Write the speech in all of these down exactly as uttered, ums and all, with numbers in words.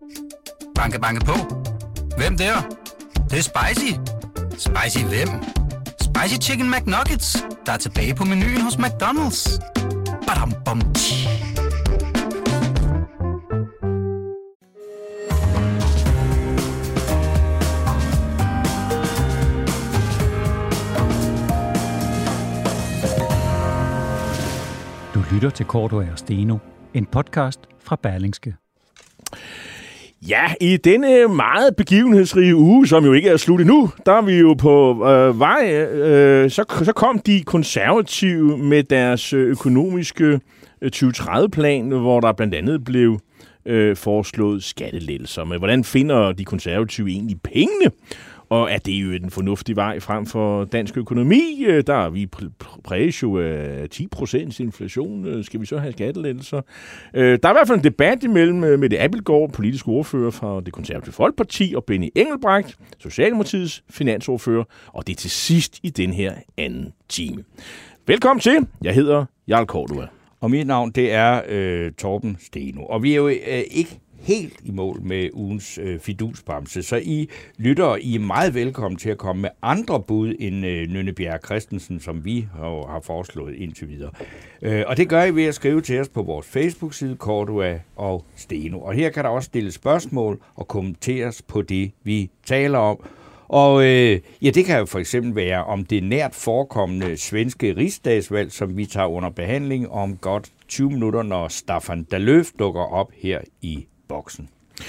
Banke, banke på. Hvem der? Det, det er spicy. Spicy hvem? Spicy Chicken McNuggets, der er tilbage på menuen hos McDonald's. Badum, bom, tji. Du lytter til Cordua og Steno, en podcast fra Berlingske. Ja, i denne meget begivenhedsrige uge, som jo ikke er slut endnu, der er vi jo på øh, vej. Øh, så, så kom de konservative med deres økonomiske tyve tredive-plan, hvor der blandt andet blev øh, foreslået skattelettelser. Men hvordan finder de konservative egentlig pengene? Og er det jo den fornuftige vej frem for dansk økonomi? Der er vi præges jo af ti procent inflation. Skal vi så have skattelettelser? Der er i hvert fald en debat imellem Mette Abildgaard, politisk ordfører fra Det Konservative Folkeparti, og Benny Engelbrecht, Socialdemokratiets finansordfører. Og det er til sidst i den her anden time. Velkommen til. Jeg hedder Jarl Cordua. Og mit navn, det er øh, Torben Steno. Og vi er jo øh, ikke helt i mål med ugens øh, fidusbamse, så I lytter, I er meget velkommen til at komme med andre bud end øh, Nynne Bjerre Christensen, som vi har, har foreslået indtil videre. Øh, og det gør I ved at skrive til os på vores Facebook-side, Cordua og Steno. Og her kan der også stilles spørgsmål og kommenteres på det, vi taler om. Og øh, ja, det kan jo for eksempel være om det nært forekommende svenske rigsdagsvalg, som vi tager under behandling om godt tyve minutter, når Staffan Dalöf dukker op her i boksen.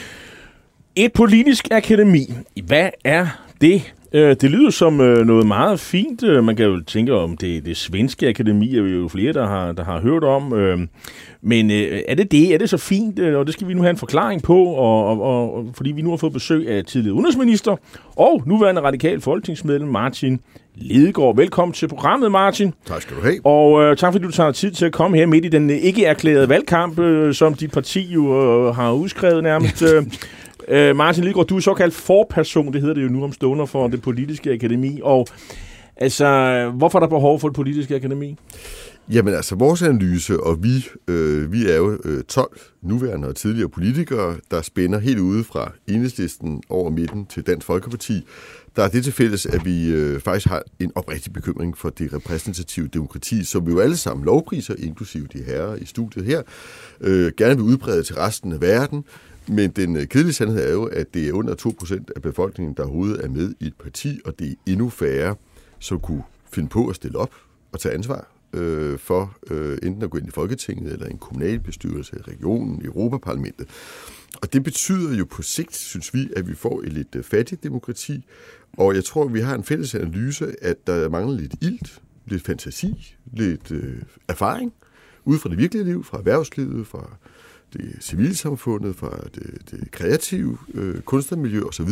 Et politisk akademi. Hvad er det? Det lyder som noget meget fint. Man kan jo tænke om det, det svenske akademi, er jo flere, der har, der har hørt om. Men er det det? Er det så fint? Og det skal vi nu have en forklaring på, og, og, og, fordi vi nu har fået besøg af tidligere udenrigsminister og nuværende radikal folketingsmedlem Martin Lidegaard. Velkommen til programmet, Martin. Tak skal du have. Og uh, tak fordi du tager tid til at komme her midt i den ikke erklærede valgkamp, uh, som dit parti jo uh, har udskrevet nærmest. uh, Martin Lidegaard, du er såkaldt forperson, det hedder det jo nu om stunder, for det politiske akademi. Og altså, hvorfor er der behov for det politiske akademi? Jamen altså, vores analyse, og vi, øh, vi er jo øh, tolv nuværende og tidligere politikere, der spænder helt ude fra Enhedslisten over midten til Dansk Folkeparti. Der er det til fælles, at vi øh, faktisk har en oprigtig bekymring for det repræsentative demokrati, som vi jo alle sammen lovpriser, inklusive de herrer i studiet her, øh, gerne vil udbrede til resten af verden. Men den øh, kedelige sandhed er jo, at det er under to procent af befolkningen, der overhovedet er med i et parti, og det er endnu færre, som kunne finde på at stille op og tage ansvar øh, for øh, enten at gå ind i Folketinget, eller en kommunalbestyrelse, regionen, Europaparlamentet. Og det betyder jo på sigt, synes vi, at vi får et lidt fattigt demokrati, og jeg tror, vi har en fælles analyse, at der mangler lidt ilt, lidt fantasi, lidt øh, erfaring, ude fra det virkelige liv, fra erhvervslivet, fra det civilsamfundet, fra det, det kreative øh, kunstnermiljø osv.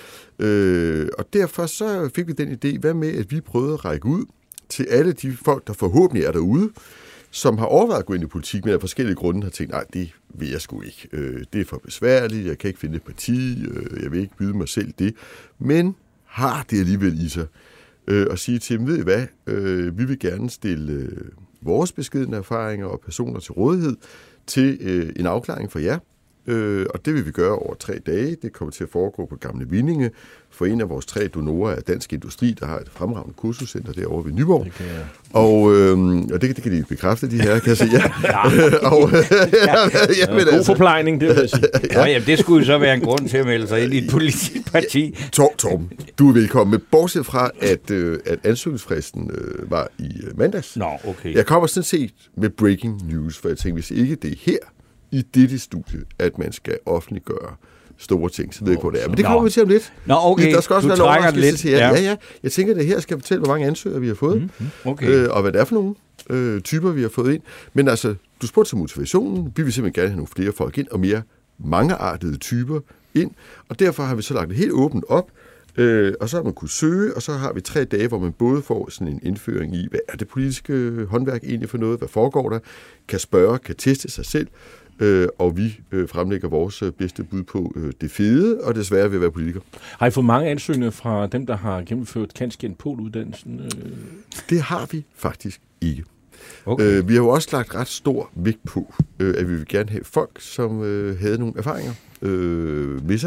Øh, og derfor så fik vi den idé, hvad med, at vi prøvede at række ud til alle de folk, der forhåbentlig er derude, som har overvejet at gå ind i politik, men af forskellige grunde har tænkt, nej, det vil jeg sgu ikke. Øh, det er for besværligt, jeg kan ikke finde et parti, øh, jeg vil ikke byde mig selv det, men har det alligevel i sig. Øh, og sige til dem, ved I hvad, øh, vi vil gerne stille øh, vores beskedne erfaringer og personer til rådighed til øh, en afklaring for jer. Øh, og det vil vi gøre over tre dage. Det kommer til at foregå på Gamle Vindinge for en af vores tre donorer af Dansk Industri, der har et fremragende kursuscenter derovre ved Nyborg. Det jeg... Og, øh, og det, det kan de bekræfte, de her, kan jeg sige. Ja. ja. og, ja. ja, God altså. forplejning, det vil jeg sige. ja. Nå, jamen, det skulle jo så være en grund til at melde sig ind i et politisk parti. Torben, Torben, du er velkommen. Men bortset fra, at, øh, at ansøgningsfristen øh, var i øh, mandags. Nå, okay. Jeg kommer sådan set med breaking news, for jeg tænker, hvis ikke det er her, i dette studie, at man skal offentliggøre store ting, så ved jeg ikke, hvor det er. Men det kommer vi til om lidt. Nå, okay. Der skal også du være trækker det lidt. Til jer. Ja. ja, ja. Jeg tænker, at det her skal fortælle, hvor mange ansøgere vi har fået, mm-hmm. okay. øh, og hvad det er for nogle øh, typer, vi har fået ind. Men altså, du spurgte til motivationen. Vi vil simpelthen gerne have nogle flere folk ind, og mere mangeartede typer ind. Og derfor har vi så lagt det helt åbent op, øh, og så har man kunnet søge, og så har vi tre dage, hvor man både får sådan en indføring i, hvad er det politiske håndværk egentlig for noget, hvad foregår der, kan spørge, kan teste sig selv, Øh, og vi øh, fremlægger vores øh, bedste bud på øh, det fede, og desværre ved at være politiker. Har I fået mange ansøgninger fra dem, der har gennemført Kanskjen Pol-uddannelsen? Øh? Det har vi faktisk ikke. Okay. Øh, vi har jo også lagt ret stor vægt på, øh, at vi vil gerne have folk, som øh, havde nogle erfaringer øh, med sig.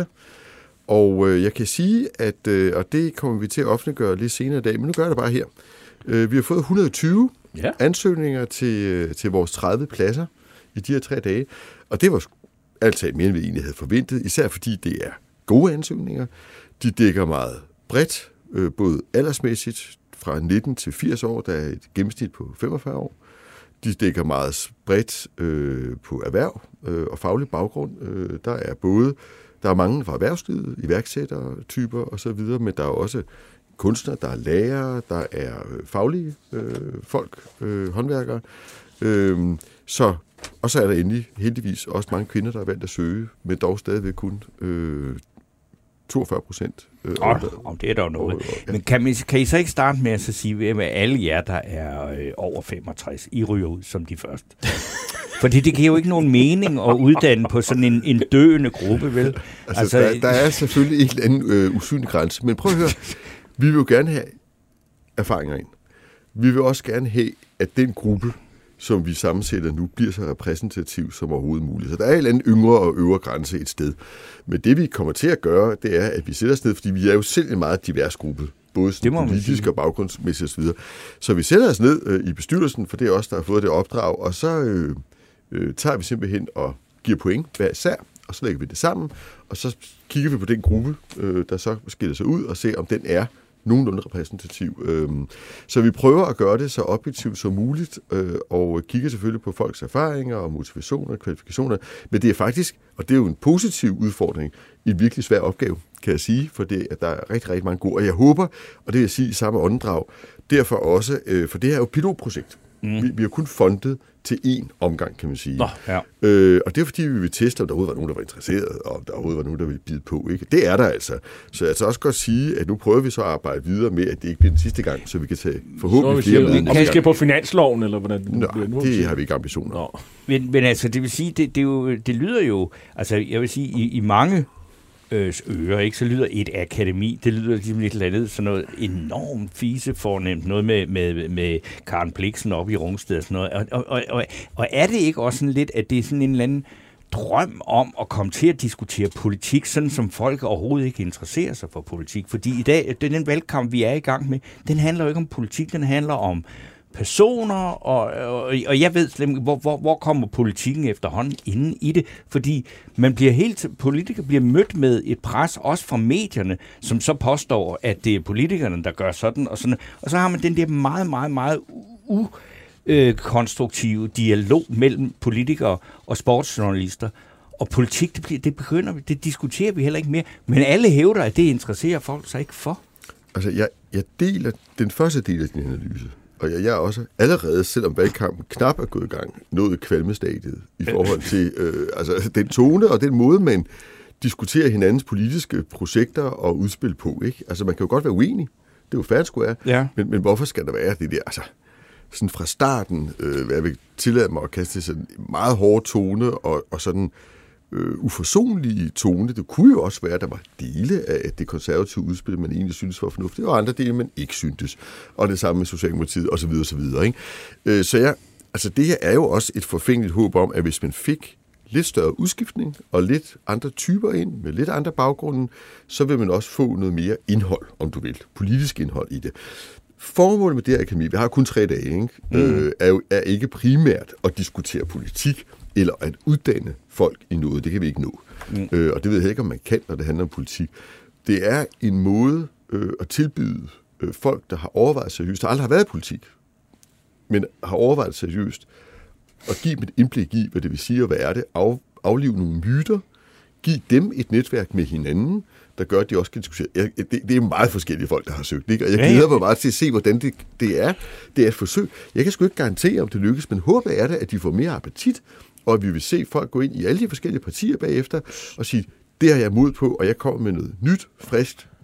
Og øh, jeg kan sige, at, øh, og det kommer vi til at offentliggøre lidt senere i dag, men nu gør jeg det bare her. Øh, vi har fået et hundrede og tyve ja. ansøgninger til, til vores tredive pladser i de her tre dage, og det var altså mere, end vi egentlig havde forventet, især fordi det er gode ansøgninger. De dækker meget bredt, øh, både aldersmæssigt, fra nitten til firs år, der er et gennemsnit på femogfyrre år. De dækker meget bredt øh, på erhverv øh, og faglig baggrund. Øh, der er både, der er mange fra erhvervslivet, iværksættere, typer osv., men der er også kunstnere, der er lærere, der er faglige øh, folk, øh, håndværkere. Øh, så, og så er der endelig heldigvis også mange kvinder, der er valgt at søge, men dog stadigvæk kun øh, toogfyrre procent. Øh, oh, om det er der noget. Og, ja. Men kan, man, kan I så ikke starte med at så sige, at alle jer, der er øh, over femogtres, I ryger ud som de første? Fordi det giver jo ikke nogen mening at uddanne på sådan en, en døende gruppe, vel? Altså, altså der, der er selvfølgelig en eller anden øh, usynlig grænse, men prøv at høre, vi vil jo gerne have erfaringer ind. Vi vil også gerne have, at den gruppe, som vi sammensætter nu, bliver så repræsentativ som overhovedet muligt. Så der er en eller anden yngre og øvre grænse et sted. Men det, vi kommer til at gøre, det er, at vi sætter os ned, fordi vi er jo selv en meget divers gruppe, både politisk og baggrundsmæssigt osv. Så, så vi sætter os ned øh, i bestyrelsen, for det er os, der har fået det opdrag, og så øh, øh, tager vi simpelthen og giver point hver især, og så lægger vi det sammen, og så kigger vi på den gruppe, øh, der så skiller sig ud, og ser, om den er nogenlunde repræsentativ. Så vi prøver at gøre det så objektivt som muligt, og kigger selvfølgelig på folks erfaringer og motivationer og kvalifikationer, men det er faktisk, og det er jo en positiv udfordring, en virkelig svær opgave, kan jeg sige, for det, at der er rigtig, rigtig mange gode, og jeg håber, og det vil jeg sige i samme åndedrag, derfor også, for det her er jo et pilotprojekt. Mm. Vi, vi har kun fundet til én omgang, kan man sige. Nå, ja. øh, og det er fordi, vi vil teste, om der overhovedet var nogen, der var interesseret, og om der overhovedet var nogen, der ville bide på. Ikke? Det er der altså. Så jeg kan også godt sige, at nu prøver vi så at arbejde videre med, at det ikke bliver den sidste gang, så vi kan tage forhåbentlig flere med. Og vi skal på finansloven, eller hvordan? Nå, det, det har vi ikke ambitioner. Nå. Men, men altså, det vil sige, det, det, jo, det lyder jo, altså jeg vil sige, i, i mange ører, ikke, så lyder et akademi, det lyder ligesom et eller andet, sådan noget enormt fise fornemt, noget med, med, med Karen Blixen oppe i Rungsted og sådan noget. Og, og, og, og er det ikke også sådan lidt, at det er sådan en eller anden drøm om at komme til at diskutere politik, sådan som folk overhovedet ikke interesserer sig for politik? Fordi i dag, den valgkamp, vi er i gang med, den handler jo ikke om politik, den handler om personer, og, og, og jeg ved slet ikke, hvor, hvor, hvor kommer politikken efterhånden inde i det, fordi man bliver helt, politikere bliver mødt med et pres, også fra medierne, som så påstår, at det er politikerne, der gør sådan og sådan, og så har man den der meget, meget, meget ukonstruktive dialog mellem politikere og sportsjournalister, og politik, det, bliver, det begynder, det diskuterer vi heller ikke mere, men alle hævder, at det interesserer folk sig ikke for. Altså, jeg, jeg deler den første del af din analyse. Og jeg er også allerede, selvom valgkampen knap er gået i gang, nået kvalmestadiet i forhold til øh, altså, den tone og den måde, man diskuterer hinandens politiske projekter og udspil på. Ikke? Altså, man kan jo godt være uenig. Det er jo færdigt, skulle jeg. Ja. Men, men hvorfor skal der være det der? Altså, sådan fra starten, øh, hvad jeg vil tillade mig at kaste sådan en meget hård tone og, og sådan øh, uforsonlige tone. Det kunne jo også være, at der var dele af det konservative udspil, man egentlig synes var fornuftigt, og andre dele, man ikke syntes. Og det samme med Socialdemokratiet osv. osv. Ikke? Øh, så jeg, altså det her er jo også et forfængeligt håb om, at hvis man fik lidt større udskiftning og lidt andre typer ind, med lidt andre baggrunde, så vil man også få noget mere indhold, om du vil. Politisk indhold i det. Formålet med det her akademi, vi har kun tre dage, ikke? Mm. Øh, er jo er ikke primært at diskutere politik, eller at uddanne folk i noget. Det kan vi ikke nå. Mm. Øh, og det ved jeg ikke, om man kan, når det handler om politik. Det er en måde øh, at tilbyde øh, folk, der har overvejet seriøst, der aldrig har været i politik, men har overvejet seriøst, at give dem et indblik i, hvad det vil sige at være det, af, aflive nogle myter, give dem et netværk med hinanden, der gør, at de også kan diskutere. Det, det er meget forskellige folk, der har søgt, ikke? Og jeg glæder mig meget til at se, hvordan det, det er. Det er et forsøg. Jeg kan sgu ikke garantere, om det lykkes, men håbet er det, at de får mere appetit, og at vi vil se folk gå ind i alle de forskellige partier bagefter og sige, det har jeg mod på, og jeg kommer med noget nyt, friskt,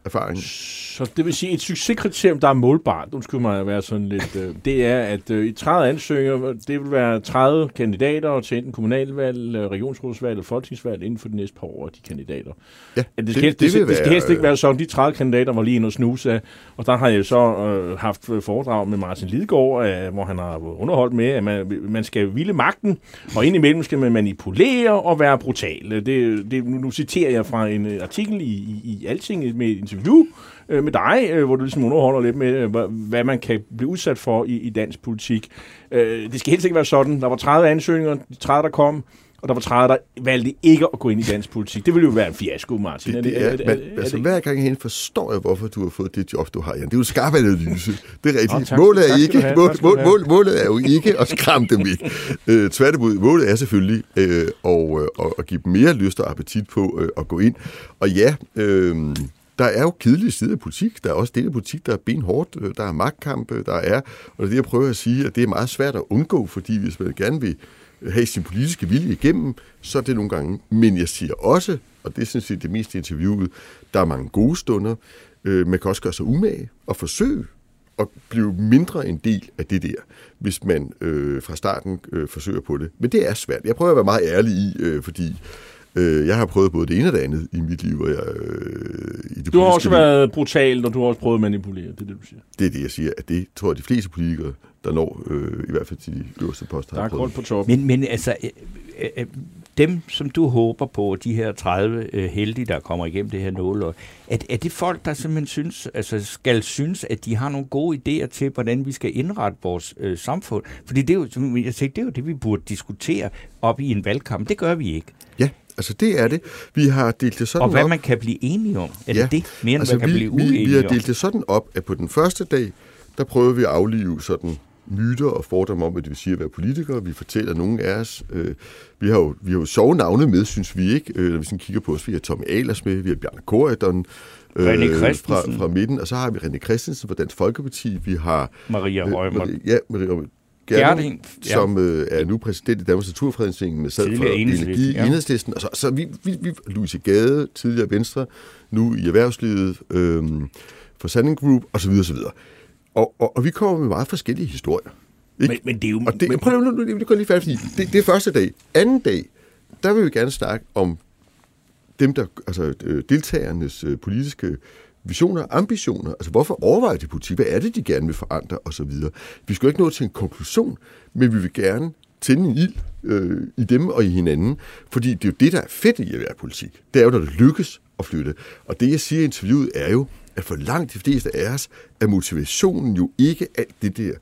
erfaring. Så det vil sige, et succeskriterium, der er målbart, nu skal man være sådan lidt, øh, det er, at øh, i tredive ansøgninger, det vil være tredive kandidater til enten kommunalvalg, regionsrådsvalg eller folketingsvalg inden for de næste par år, de kandidater. Ja, det, det, skal, det, det, det, det skal helst ikke være sådan, de tredive kandidater var lige inde og snuse af, og der har jeg så øh, haft foredrag med Martin Lidegaard, øh, hvor han har underholdt med, at man, man skal ville magten, og indimellem skal man manipulere og være brutal. Det, det, nu, nu citerer jeg fra en artikel i, i, i Altinget med et interview med dig, hvor du ligesom underholder lidt med, hvad man kan blive udsat for i, i dansk politik. Det skal helst ikke være sådan. Der var tredive ansøgninger, de tredive, der kom, og der var tredive, der valgte ikke at gå ind i dansk politik. Det ville jo være en fiasko, Martin. Det, det er, er, det, er, men, er, altså, er hver gang herinde forstår jeg, hvorfor du har fået det job, du har, Jan. Det er jo en skarp analyse. Det er rigtigt. Oh, tak, målet, er ikke, mål, mål, mål, målet er jo ikke at skræmme dem væk. Øh, tværtimod, målet er selvfølgelig øh, at, øh, at give dem mere lyst og appetit på øh, at gå ind. Og ja, øh, der er jo kedelige sider af politik. Der er også del af politik, der er benhårdt. Der er magtkampe, der er... Og det er det, jeg prøver at sige, at det er meget svært at undgå, fordi hvis man gerne vil have sin politiske vilje igennem, så er det nogle gange. Men jeg siger også, og det synes jeg det meste interviewet, der er mange gode stunder. Man kan også gøre sig umage og forsøge at blive mindre en del af det der, hvis man øh, fra starten øh, forsøger på det. Men det er svært. Jeg prøver at være meget ærlig i, øh, fordi jeg har prøvet både det ene og det andet i mit liv. Og jeg, øh, i det du har også liv. været brutal, og du har også prøvet at manipulere. Det er det, du siger. Det er det, jeg siger. At det tror jeg, de fleste politikere, der når øh, i hvert fald til de øverste poster, har prøvet. Der er på toppen. Men, men altså, øh, øh, dem, som du håber på, de her tredive øh, heldige, der kommer igennem det her nåløje, er, er det folk, der simpelthen synes, altså skal synes, at de har nogle gode idéer til, hvordan vi skal indrette vores øh, samfund? Fordi det er, jo, som jeg siger, det er jo det, vi burde diskutere op i en valgkamp. Det gør vi ikke. Ja. Altså, det er det. Vi har delt det sådan op... Og hvad op. man kan blive enige om. Er ja. det det? Mere end altså, man kan vi, blive uenige om. Vi har delt det sådan op, at på den første dag, der prøver vi at aflive sådan myter og fordomme om, hvad det vil sige at være politikere. Vi fortæller nogle af os. Øh, vi har jo, vi har jo sjove navne med, synes vi ikke, øh, når vi sådan kigger på os. Vi har Tommy Ahlers med, vi har Bjarne Corydon øh, fra, fra midten, og så har vi René Christensen fra Dansk Folkeparti. Vi har... Maria Rømer. Øh, ja, Maria Rømer. Gerding, ja. som øh, er nu præsident i Danmarks Naturfredningsforening med sad for Energi i Enhedslisten. Og så, så vi, vi, vi Louise Gade, tidligere Venstre, nu i erhvervslivet, øh, for Sanding Group, osv. osv. Og, og, og vi kommer med meget forskellige historier. Ikke? Men, men det er jo... Og det, men... Prøv nu, nu, nu går lige færdigt, fordi det, det er første dag. Anden dag, der vil vi gerne snakke om dem, der, altså deltagernes øh, politiske visioner, ambitioner, altså hvorfor overvejer de politik, hvad er det, de gerne vil forandre, og så videre. Vi skal jo ikke nå til en konklusion, men vi vil gerne tænde en ild øh, i dem og i hinanden, fordi det er jo det, der er fedt i at være politik. Det er jo, når det lykkes at flytte. Og det, jeg siger i interviewet, er jo, at for langt de fleste af os, er motivationen jo ikke alt det der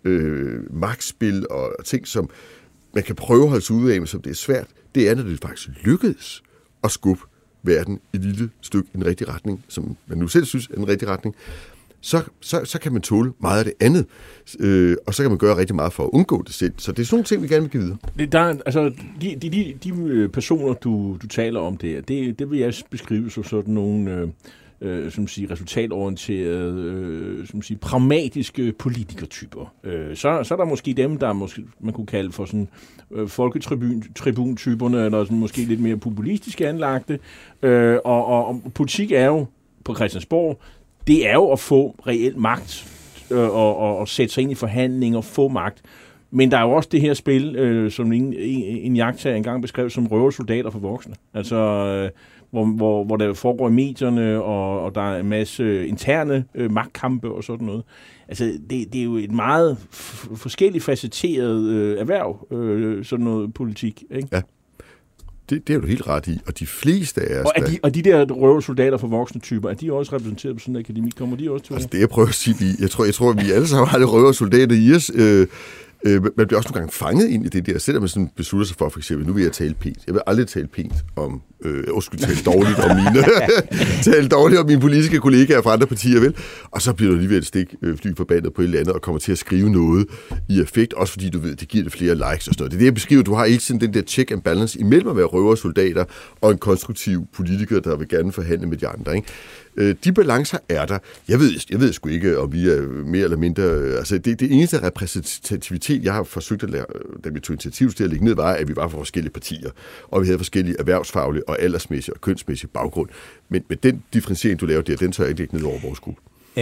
øh, magtspil og ting, som man kan prøve at holde sig ud af, men som det er svært. Det er, når det faktisk lykkedes at skubbe verden et lille stykke i en rigtig retning, som man nu selv synes er en rigtig retning, så, så, så kan man tåle meget af det andet, øh, og så kan man gøre rigtig meget for at undgå det selv. Så det er sådan nogle ting, vi gerne vil give videre. Det, der, altså, de, de, de, de personer, du, du taler om der, det, det vil jeg beskrive som sådan nogle øh, øh, som siger, resultatorienterede, øh, som siger, pragmatiske politikertyper. Øh, så, så er der måske dem, der måske, man kunne kalde for sådan øh, folketribuntyperne, eller sådan måske lidt mere populistiske anlagte. Øh, og, og, og politik er jo på Christiansborg, det er jo at få reel magt, øh, og, og, og sætte sig ind i forhandlinger, få magt. Men der er jo også det her spil, øh, som en, en, en jagttager engang beskrev som røversoldater for voksne. Altså, øh, hvor, hvor, hvor der foregår i medierne, og, og der er en masse interne øh, magtkampe og sådan noget. Altså, det, det er jo et meget f- forskelligt facetteret øh, erhverv, øh, sådan noget politik, ikke? Ja. Det, det er du helt ret i, og de fleste af os... Og, er de, og de der røversoldater for voksne typer, er de også repræsenteret på sådan en akademi? Kommer de også til? Altså det jeg prøver at sige, jeg tror, jeg tror at vi alle sammen har det røversoldater i os. Øh, øh, man bliver også nogle gange fanget ind i det der, selvom man sådan beslutter sig for, for eksempel, nu vil jeg tale pænt. Jeg vil aldrig tale pænt om... Øh, jeg skulle tale dårligt om mine... tale dårligt om mine politiske kollegaer fra andre partier, vel? Og så bliver du alligevel et stik øh, fly forbandet på et eller andet, og kommer til at skrive noget i effekt, også fordi du ved, det giver det flere likes og sådan noget. Det er det, jeg beskriver. Du har ikke sådan den der check and balance imellem at være røversoldater og en konstruktiv politiker, der vil gerne forhandle med de andre, ikke? Øh, de balancer er der. Jeg ved, jeg ved sgu ikke, om vi er mere eller mindre... Altså, det, det eneste repræsentativitet, jeg har forsøgt at lære, da vi tog initiativ til at lægge ned, var, at vi var fra forskellige partier, og vi havde forskellige erhvervsfaglige og aldersmæssige og kønsmæssige baggrund. Men med den differentiering, du laver der, den tager jeg ikke lægge ned over vores gruppe.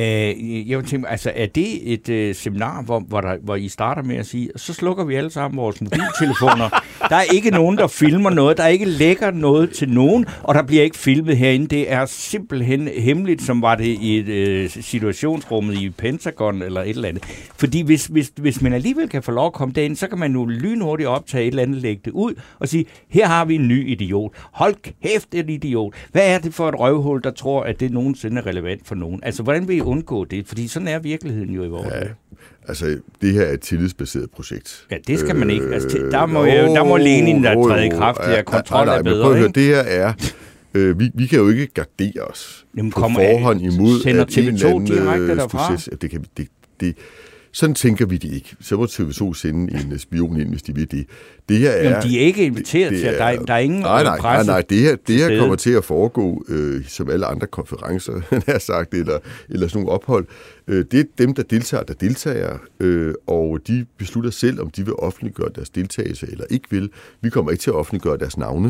Øh, jeg vil tænke, altså, er det et øh, seminar, hvor, hvor, der, hvor I starter med at sige, så slukker vi alle sammen vores mobiltelefoner. Der er ikke nogen, der filmer noget. Der er ikke lækker noget til nogen, og der bliver ikke filmet herinde. Det er simpelthen hemmeligt, som var det i et, øh, situationsrummet i Pentagon eller et eller andet. Fordi hvis, hvis, hvis man alligevel kan få lov at komme derind, så kan man nu lynhurtigt optage et eller andet, lægge det ud og sige, her har vi en ny idiot. Hold kæft, en idiot. Hvad er det for et røvhul, der tror, at det nogensinde er relevant for nogen? Altså, hvordan vil I undgå det? Fordi sådan er virkeligheden jo i vores. Ja, altså, det her er et tillidsbaseret projekt. Ja, det skal man ikke. Altså, der må, øh, der må Lenin der træde i kraft, det er kontrol er bedre, ikke? Høre, det her er... Øh, vi, vi kan jo ikke gardere os Jamen, på forhånd imod, sender at en eller anden direkte øh, proces... Det kan, det, det, sådan tænker vi det ikke. Så må T V to sende en spion ind, hvis de vil det. Det her er... Jamen, de er ikke inviteret det, det til, at der, der er ingen nej, nej, presse. Nej, nej, det her, det her kommer til at foregå, øh, som alle andre konferencer, har sagt, eller, eller sådan nogle ophold. Øh, det er dem, der deltager, der deltager, øh, og de beslutter selv, om de vil offentliggøre deres deltagelse eller ikke vil. Vi kommer ikke til at offentliggøre deres navne.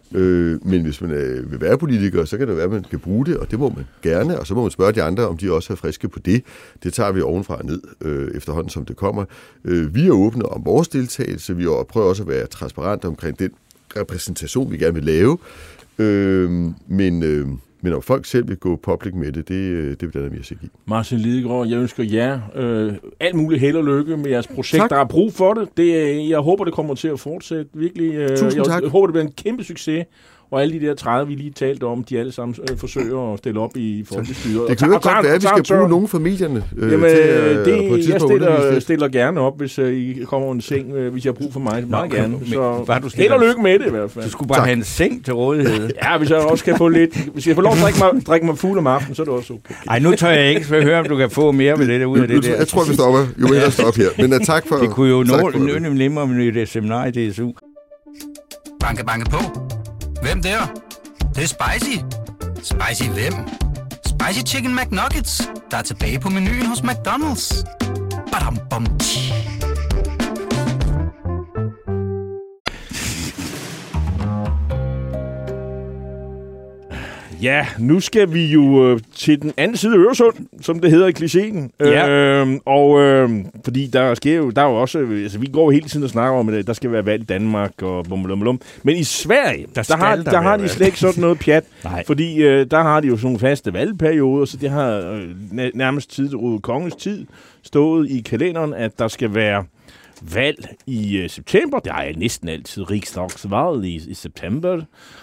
Øh, men hvis man øh, vil være politiker, så kan det være, at man kan bruge det, og det må man gerne, og så må man spørge de andre, om de også er friske på det. Det tager vi ovenfra og ned, øh, efterhånden som det kommer. Øh, vi er åbne om vores deltagelse, vi prøver også at være transparente omkring den repræsentation, vi gerne vil lave, øh, men, øh, men om folk selv vil gå public med det, det, det vil der mere sig give. Martin Lidegaard, jeg ønsker jer øh, alt muligt held og lykke med jeres projekt. Tak. Der er brug for det. det. Jeg håber, det kommer til at fortsætte. Virkelig. Øh, Tusind jeg, tak. Jeg håber, det bliver en kæmpe succes. Og alle de der tredive, vi lige talte om, de alle sammen øh, forsøger at stille op i folkestyret. Det kan jo godt være, at vi skal bruge nogle af medierne øh, Jamen, til øh, det, på et jeg stiller, tidspunkt stiller gerne op, hvis øh, I kommer en seng, øh, hvis jeg har brug for mig. Meget Nå, gerne. men, Så var du held og lykke med det i hvert fald. Du skulle bare Tak. have en seng til rådighed. Ja, hvis jeg også kan få lidt... Hvis jeg får lov at drikke mig, drikke mig fuld om aftenen, så er det også okay. Ej, nu tør jeg ikke så høre, om du kan få mere med det der ud af det der. Jeg tror, vi stopper. Jo, jeg stopper her. Men uh, tak for... Det kunne jo tak nå for det. nødvendigt nemmere med et seminar i D S U. Banke, banke på. Hvem der? Det er spicy. Spicy hvem? Spicy Chicken McNuggets, der er tilbage på menuen hos McDonald's. Badum, bom, tji. Ja, nu skal vi jo øh, til den anden side af Øresund, som det hedder i klichéen. Ja. Øh, og øh, fordi der sker jo, der er jo også, altså vi går jo hele tiden og snakker om, at der skal være valg i Danmark og bum, bum, bum. Men i Sverige, der, der har, der der har de slet ikke sådan noget pjat. Fordi øh, der har de jo sådan nogle faste valgperioder, så det har øh, nærmest tid, Røde Konges tid, stået i kalenderen, at der skal være valg i øh, september. Det er næsten altid riksdagsvalg i, i september.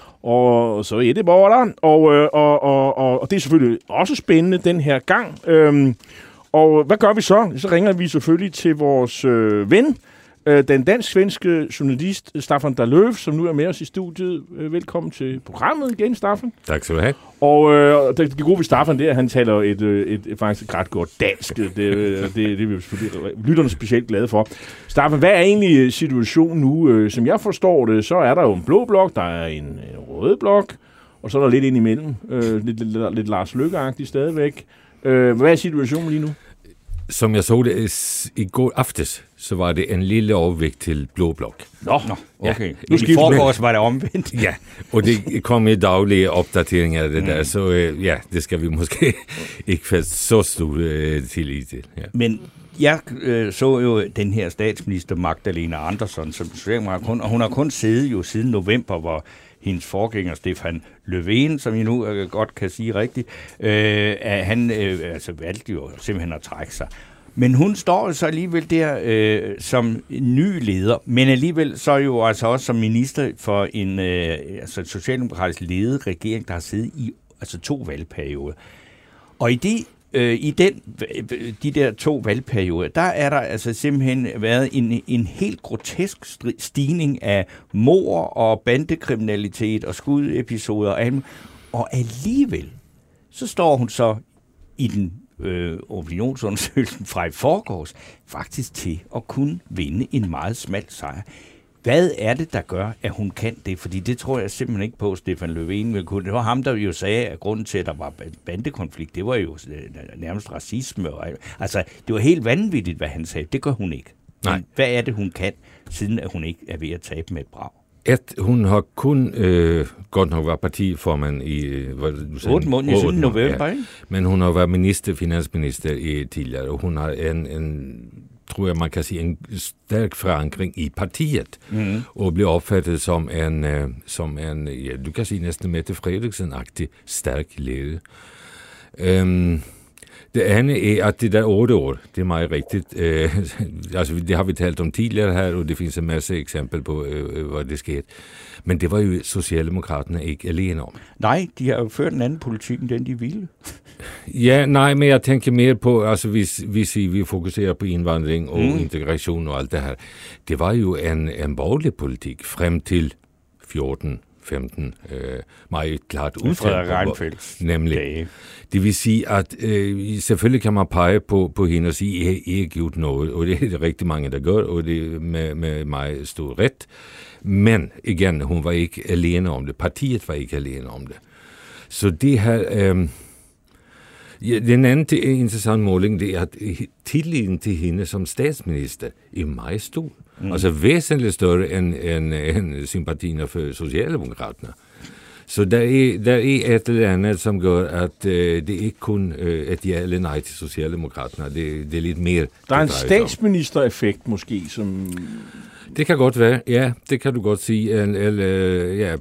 Og så er det borgere, og, øh, og, og, og, og det er selvfølgelig også spændende den her gang. Øhm, og hvad gør vi så? Så ringer vi selvfølgelig til vores øh, ven, øh, den dansk-svenske journalist Staffan Dalöf, som nu er med os i studiet. Øh, velkommen til programmet igen, Staffan. Tak skal du have. Og øh, det, det gode ved Staffan, det er, at han taler et, et, et faktisk ret godt dansk. Det, det, det er vi selvfølgelig lytterne specielt glade for. Staffan, hvad er egentlig situationen nu? Som jeg forstår det, så er der jo en blå blok, der er en, en rød blok, og så er der lidt ind imellem. Øh, lidt, lidt, lidt Lars Løkke-agtigt stadigvæk. Øh, hvad er situationen lige nu? Som jeg så det i går aftes, så var det en lille overvægt til blå blok. Nå, Nå okay. Ja. Nu I forgårs var det omvendt. Ja, og det kom i daglige opdateringer af det mm. der, så øh, ja, det skal vi måske ikke fast så stort øh, tillid til. Ja. Men jeg øh, så jo den her statsminister Magdalena Andersson, som kun, og hun har kun siddet jo siden november, hvor hendes forgænger Stefan Löfven, som I nu øh, godt kan sige rigtigt, øh, han øh, altså valgte jo simpelthen at trække sig. Men hun står så alligevel der øh, som ny leder, men alligevel så jo altså også som minister for en øh, altså socialdemokratisk ledet regering, der har siddet i altså to valgperioder. Og i de øh, i den de der to valgperioder, der er der altså simpelthen været en en helt grotesk stigning af mord og bandekriminalitet og skudepisoder og alt. Og alligevel så står hun så i den Øh, opinionsundersøgelsen fra i forgårs faktisk til at kunne vinde en meget smal sejr. hvad er det, der gør, at hun kan det? Fordi det tror jeg simpelthen ikke på, at Stefan Löfven ville kunne. Det var ham, der jo sagde, at grunden til, at der var bandekonflikt, det var jo nærmest racisme. Og, altså, det var helt vanvittigt, hvad han sagde. Det gør hun ikke. Nej. Men hvad er det, hun kan, siden at hun ikke er ved at tabe med et brag? At hun har kun, øh, godt nok var partiformand i... Hvad du sagde, otte måneder siden november, ikke? Men hun har været minister, finansminister i tidligere, og hun har en, en, tror jeg man kan sige, en stærk forankring i partiet, mm. og bliver opfattet som en, øh, som en ja, du kan sige næsten Mette Frederiksen-agtig stærk leder. Um, Det andet er, at det der otte år, det er meget rigtigt. Øh, altså, det har vi talt om tidligere her, og det findes en masse eksempel på, øh, hvor det skete. Men det var jo Socialdemokraterne ikke alene om. Nej, de har jo ført en anden politik, end den de ville. Ja, nej, men jeg tænker mere på, altså hvis, hvis vi fokuserer på indvandring og mm. integration og alt det her. Det var jo en, en borgerlig politik frem til fjorten femten øh, meget klart udtalt, nemlig. Dage. Det vil sige, at øh, selvfølgelig kan man pege på, på hende og sige, at I har gjort noget, og det er det rigtig mange, der gør, og det er med, med meget stor ret. Men igen, hun var ikke alene om det. Partiet var ikke alene om det. Så det her... Øh, ja, den anden interessante måling, det er, at tilliden til hende som statsminister er meget stor. Mm. Altså væsentligt større end, end, end sympatien for Socialdemokraterne. Så der er, der er et eller andet, som gør, at øh, det ikke kun øh, et ja eller nej til Socialdemokraterne. Det, det er lidt mere... Der er en statsministereffekt måske, som... Det kan godt være, ja, det kan du godt sige, en eller, ja,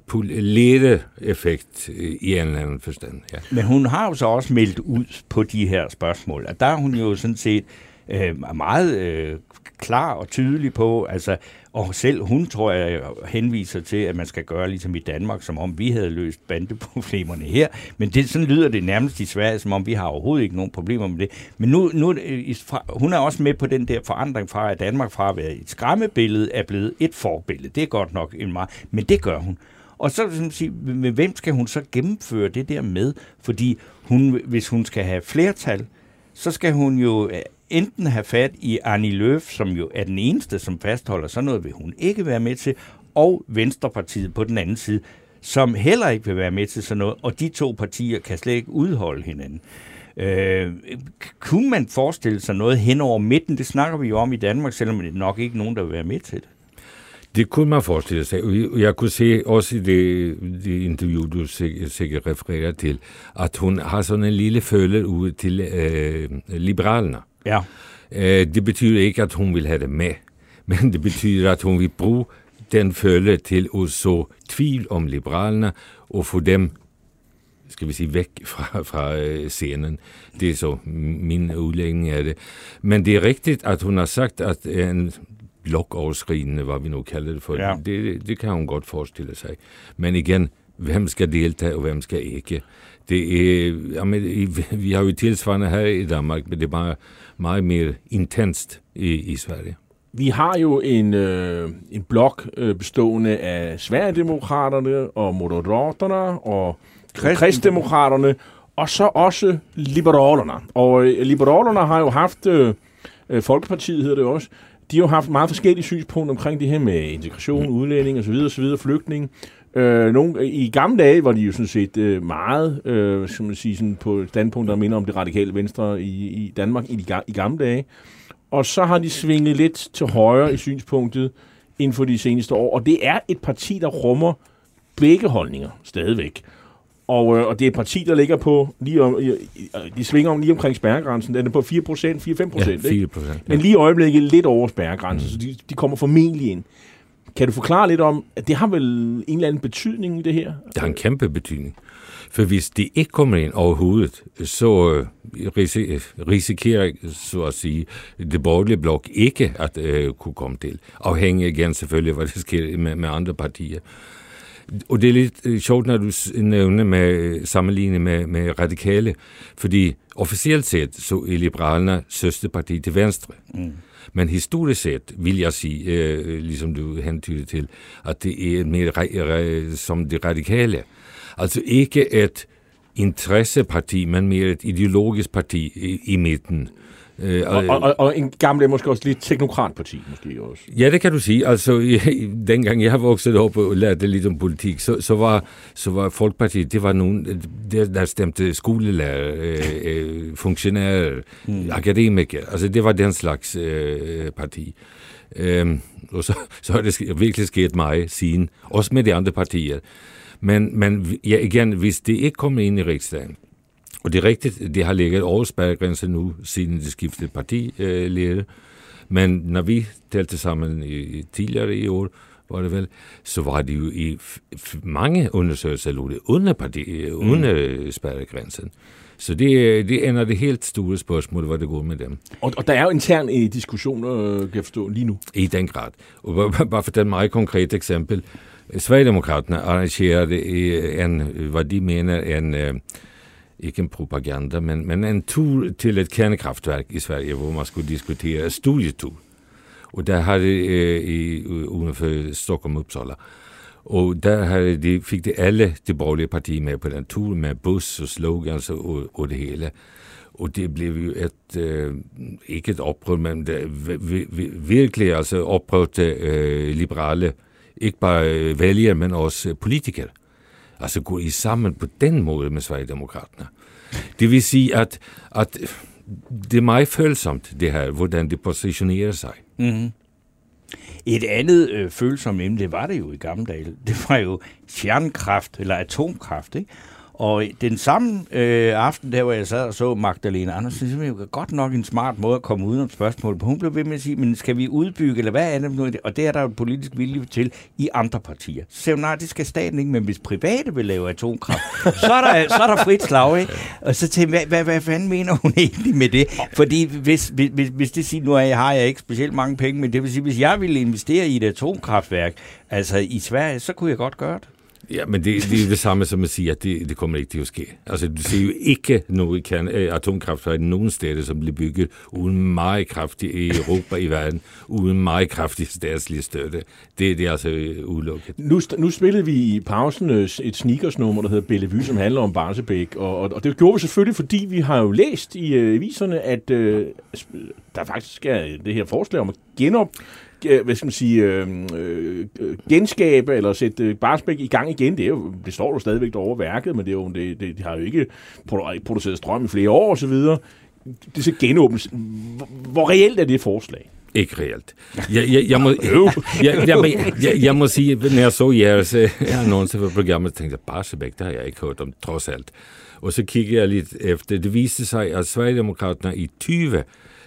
ledereffekt i en eller anden forstand. Ja. Men hun har jo så også meldt ud på de her spørgsmål, at der er hun jo sådan set øh, meget øh, klar og tydelig på, altså, og selv hun, tror jeg, henviser til, at man skal gøre ligesom i Danmark, som om vi havde løst bandeproblemerne her. Men det, sådan lyder det nærmest i Sverige, som om vi har overhovedet ikke nogen problemer med det. Men nu, nu hun er også med på den der forandring fra, at Danmark fra at være et skræmmebillede er blevet et forbillede. Det er godt nok en meget, men det gør hun. Og så vil sige, med hvem skal hun så gennemføre det der med? Fordi hun, hvis hun skal have flertal, så skal hun jo enten have fat i Annie Lööf, som jo er den eneste, som fastholder, så noget vil hun ikke være med til, og Venstrepartiet på den anden side, som heller ikke vil være med til sådan noget, og de to partier kan slet ikke udholde hinanden. Øh, kunne man forestille sig noget hen over midten? Det snakker vi jo om i Danmark, selvom det nok ikke er nogen, der vil være med til det. Det kunne man forestille sig. Jeg kunne se også i det, det interview, du sikkert refererer til, at hun har sådan en lille følge ud til øh, liberalerne. Ja. Øh, det betyder ikke, at hun vil have det med, men det betyder, at hun vil bruge den følge til at så tvivl om liberalerne og få dem, skal vi sige, væk fra, fra øh, scenen. Det er så min udlægning af det. Men det er rigtigt, at hun har sagt, at en blokoverskrigende, hvad vi nu kalder det for, ja. det, det kan hun godt forestille sig. Men igen, hvem skal deltage, og hvem skal ikke? Det er, jamen, vi har jo tilsvarende her i Danmark, men det er bare meget mere intenst i, i Sverige. Vi har jo en, øh, en blok øh, bestående af Sverigedemokraterne og Moderaterna og Kristdemokraterne, og så også Liberalerna. Og øh, Liberalerna har jo haft, øh, Folkepartiet hedder det også, de har jo haft meget forskellige synspunkter omkring det her med integration, udlænding osv. osv. flygtning. Øh, nogle, I gamle dage var de jo sådan set øh, meget, øh, skal man sige, sådan på standpunkt, der minder om det radikale venstre i, i Danmark i, de, i gamle dage. Og så har de svinget lidt til højre i synspunktet inden for de seneste år. Og det er et parti, der rummer begge holdninger stadigvæk. Og, øh, og det er et parti, der ligger på, lige om, de svinger om lige omkring spærregrænsen. Den er på fire procent, fire til fem procent. Ja, fire procent. Ja. Men lige i øjeblikket lidt over spærregrænsen, mm. så de, de kommer formentlig ind. Kan du forklare lidt om, at det har vel en eller anden betydning i det her? Det har en kæmpe betydning. For hvis de ikke kommer ind overhovedet, så risikerer, så at sige, det borgerlige blok ikke at øh, kunne komme til. Afhængig igen selvfølgelig, hvad det sker med, med andre partier. Og det er lidt øh, sjovt, når du nævner med sammenligning med, med radikale, fordi officielt set så er Liberalerne søsterparti til Venstre. Mm. Men historisk set vil jeg sige, øh, ligesom du hentyder til, at det er mere re- som det radikale. Altså ikke et interesseparti, men mere et ideologisk parti i, i midten, Øh, og, og, og, og en gammel, måske også lidt teknokratparti, måske også. Ja, det kan du sige. Altså, dengang jeg voksede op og lærte lidt om politik, så, så, var, så var Folkepartiet, det var nogen, der, der stemte skolelærer, øh, øh, funktionærer, mm. akademikere. Altså, det var den slags øh, parti. Øhm, og så, så har det virkelig sket meget siden, også med de andre partier. Men, men ja, igen, hvis det ikke kommer ind i riksdagen, og det er rigtigt, det har ligget over spærregrænsen nu, siden det skiftede partileder, øh, men når vi talte sammen i, tidligere i år, var det vel, så var det jo i f- f- mange undersøgelser lå det under, parti, mm. under spærregrænsen. Så det, det ender det helt store spørgsmål, hvad det går med dem. Og, og der er jo intern i diskussioner, kan jeg forstå, lige nu. I den grad. Og bare for et meget konkret eksempel. Sverigedemokraterne arrangerede en, hvad de mener, en, ikke en propaganda, men, men en tur til et kernekraftværk i Sverige, hvor man skulle diskutere studietur. Og der havde det i, uden for Stockholm Uppsala. Og der havde de, fik de alle de borgerlige partier med på den tur, med bus og slogans og, og det hele. Og det blev jo et, øh, ikke et oprør, men det, vi, vi, virkelig altså oprør til øh, liberale, ikke bare øh, vælgere, men også øh, politikere. Altså går I sammen på den måde med Sverigedemokraterne. Det vil sige, at, at det er meget følsomt, det her, hvordan det positionerer sig. Mm-hmm. Et andet øh, følsomt emne, det var det jo i gamle dage, det var jo kernkraft, eller atomkraft, ikke? Og den samme øh, aften, der hvor jeg sad og så Magdalene Andersen, så var det jo godt nok en smart måde at komme uden om spørgsmålet. Hun blev ved med at sige, men skal vi udbygge, eller hvad er det nu? Og det er der jo politisk vilje til i andre partier. Så siger hun, nej, det skal staten ikke, men hvis private vil lave atomkraft, så er der, så er der frit slag, ikke? Og så tænkte jeg, hvad, hvad, hvad fanden mener hun egentlig med det? Fordi hvis, hvis, hvis det siger, nu har jeg ikke specielt mange penge, men det vil sige, hvis jeg ville investere i et atomkraftværk, altså i Sverige, så kunne jeg godt gøre det. Ja, men det, det er det samme som at sige, at det, det kommer ikke til at ske. Altså, du ser jo ikke noget kan, atomkraftværk nogen steder, som bliver bygget uden meget kraftig i Europa, i verden, uden meget kraftig statslig støtte. Det, det er altså udelukket. Nu, nu spillede vi i pausen et sneakersnummer, der hedder Bellevue, som handler om Barsebäck, og, og, og det gjorde vi selvfølgelig, fordi vi har jo læst i øh, aviserne, at øh, der faktisk er det her forslag om at genop hvad skal man sige, øh, øh, genskabe eller sætte Barsebäck i gang igen. Det, er jo, det står jo stadigvæk derovre værket, men det, er jo, det, det, det har jo ikke produceret strøm i flere år og så videre. Det skal genåbnes. Hvor, hvor reelt er det forslag? Ikke reelt. Jeg, jeg, jeg, må, jeg, jeg, jeg, jeg må sige, når jeg så jeres annonce for programmet, tænkte jeg, Barsebäck, det har jeg ikke hørt om, trods alt. Og så kiggede jeg lidt efter. Det viste sig, at Sverigedemokraterne i tyve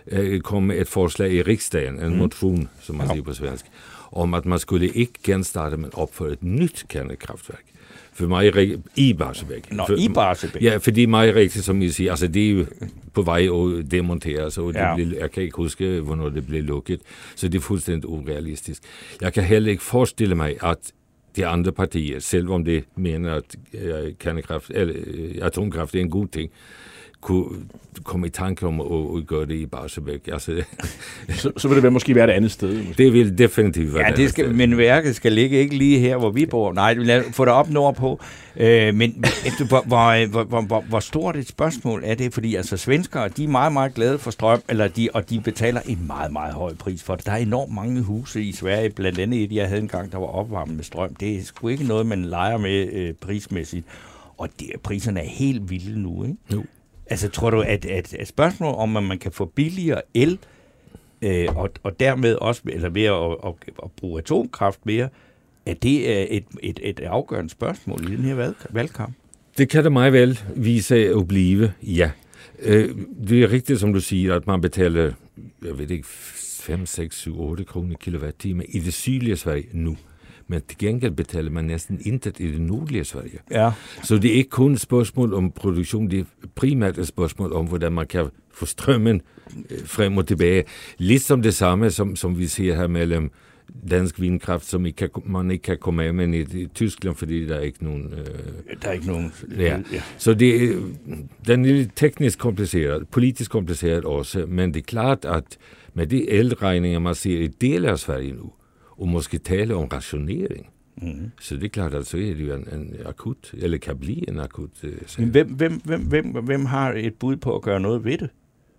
kom med et forslag i riksdagen, en motion, som man siger på svensk, om at man skulle ikke genstarte, men opføre et nyt kernekraftværk. For mig i Barsebäck. Nå, for, i Barsebäck. Ja, fordi mig rigtigt, som I siger, altså det er jo på vej at demontere, så det ja. blev, jeg kan ikke huske, hvornår det blev lukket, så det er fuldstændig urealistisk. Jeg kan heller ikke forestille mig, at de andre partier, selv om de mener, at kernekraft, eller, atomkraft er en god ting, kunne komme i tanke om at, at gøre det i Barsebäck. Altså, så, så vil det være, måske være et andet sted. Måske. Det vil definitivt være ja, det skal, men værket skal ligge ikke lige her, hvor vi bor. Nej, lad få det op nordpå. Øh, men hvor, hvor, hvor, hvor, hvor stort et spørgsmål er det? Fordi altså, svenskere, de er meget, meget glade for strøm, eller de, og de betaler en meget, meget høj pris for det. Der er enormt mange huse i Sverige, blandt andet et, jeg havde engang, der var opvarmet med strøm. Det er sgu ikke noget, man leger med øh, prismæssigt. Og det, priserne er helt vilde nu, ikke? Jo. Altså, tror du, at, at, at spørgsmålet om, at man kan få billigere el, øh, og, og dermed også, eller ved at, at, at bruge atomkraft mere, at det er et, et, et afgørende spørgsmål i den her valgkamp? Det kan det meget vel vise at blive, ja. Øh, det er rigtigt, som du siger, at man betaler, jeg ved ikke, fem, seks, syv, otte kroner kilowatt-time i det sydlige Sverige nu. Men til gengæld betaler man næsten intet i det nordlige Sverige. Ja. Så det er ikke kun et spørgsmål om produktion, det er primært et spørgsmål om, hvordan man kan få strømmen frem og tilbage. Lidt som det samme, som, som vi ser her mellem dansk vindkraft, som ikke kan, man ikke kan komme af med i, i Tyskland, fordi der er ikke nogen... Øh, der er ikke nogen... Ja. Ja. Så det, den er lidt teknisk kompliceret, politisk kompliceret også, men det er klart, at med de elregninger, man ser i dele af Sverige nu, og måske tale om rationering. Mm. Så det er klart, at så er det jo en, en akut, eller kan blive en akut... Uh, Men hvem, hvem, hvem, hvem, hvem har et bud på at gøre noget ved det?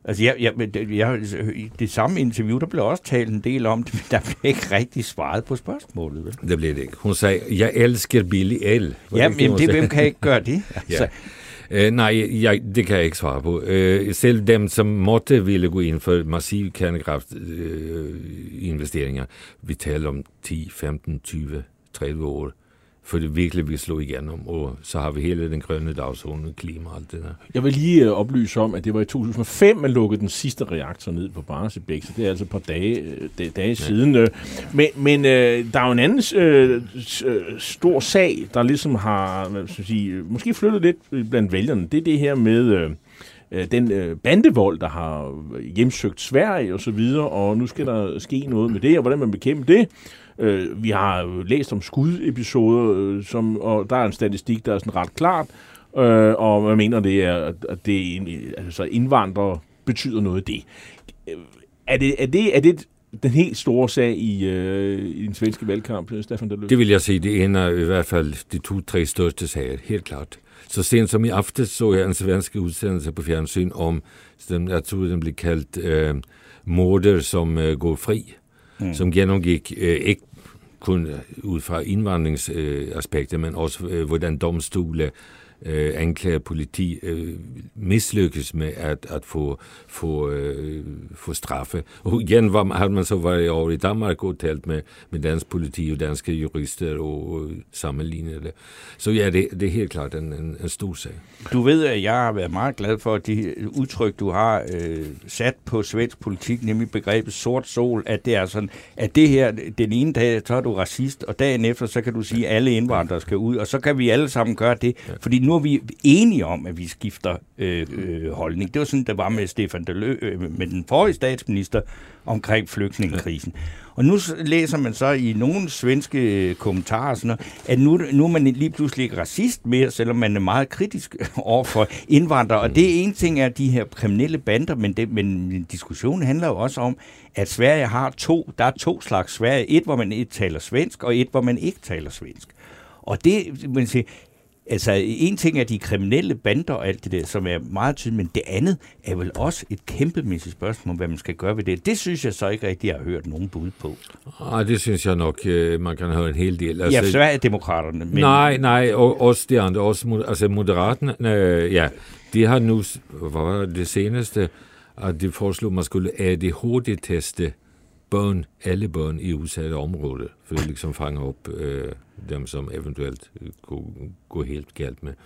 Altså, jeg, jeg, jeg, i det samme interview, der blev også talt en del om det, men der blev ikke rigtig svaret på spørgsmålet. Vel? Det blev det ikke. Hun sagde, jeg elsker billig el. Ja, men det, hvem kan ikke gøre det? Altså. Ja. Uh, nej, jeg, det kan jeg ikke svare på. Uh, selv dem, som måtte ville gå ind for massive kernekraftinvesteringer, uh, vi taler om ti, femten, tyve, tredive år, for det virkelig vil slå igennem, og så har vi hele den grønne dagsorden, klima og alt det der. Jeg vil lige oplyse om, at det var i to tusind og fem, man lukkede den sidste reaktor ned på Barsebäck, så det er altså et par dage, dage, dage ja. siden. Men, men der er jo en anden øh, stor sag, der ligesom har, hvad skal jeg sige, måske flyttet lidt blandt vælgerne. Det er det her med øh, den øh, bandevold, der har hjemsøgt Sverige og så videre, og nu skal der ske noget med det, og hvordan man bekæmper det. Uh, vi har læst om skudepisoder, uh, som, og der er en statistik, der er sådan ret klart, uh, og man mener, det er, at det, altså indvandrere betyder noget af det. Uh, er det. Er det, er det den helt store sag i, uh, i den svenske valgkamp, Stefan Dalø? Det vil jeg sige, det ender i hvert fald de to-tre største sager, helt klart. Så sent som i aftes så jeg en svensk udsendelse på fjernsyn om, jeg tror den blev kaldt uh, morder, som uh, går fri, mm. som gennemgik uh, ikke kun ud fra indvandringsaspekter, men også øh, hvordan domstole, øh, anklager politi øh, mislykkes med at, at få, få, øh, få straffe. Og igen var, har man så været over i Danmark og talt med, med dansk politi og danske jurister og, og sammenlignet det. Så ja, det, det er helt klart en, en, en stor sag. Du ved, at jeg har været meget glad for de udtryk, du har øh, sat på svensk politik, nemlig begrebet sort sol, at det er sådan, at det her, den ene dag, så er du racist, og dagen efter, så kan du sige, at alle indvandrere skal ud, og så kan vi alle sammen gøre det, ja. Fordi nu er vi enige om, at vi skifter øh, øh, holdning. Det var sådan, det var med Stefan Dalø, øh, med den forrige statsminister, omkring flygtningekrisen. Og nu læser man så i nogle svenske kommentarer, sådan noget, at nu, nu er man lige pludselig ikke racist mere, selvom man er meget kritisk over for indvandrere. Og det ene ting er de her kriminelle bander, men, det, men diskussionen handler jo også om, at Sverige har to, der er to slags Sverige. Et, hvor man ikke taler svensk, og et, hvor man ikke taler svensk. Og det, man siger, altså, en ting er de kriminelle bander og alt det der, som er meget tydeligt, men det andet er vel også et kæmpemæssigt spørgsmål, hvad man skal gøre ved det. Det synes jeg så ikke rigtig, jeg har hørt nogen bud på. Ah, det synes jeg nok, man kan høre en hel del. Altså, ja, Sverigedemokraterne. Men... Nej, nej, og også de andre, også, altså Moderaterne, øh, ja, de har nu, hvad var det seneste, at de foreslog, at man skulle A D H D-teste børn, alle børn i udsatte områder, for at ligesom fange op øh, dem, som eventuelt kunne gå helt galt med.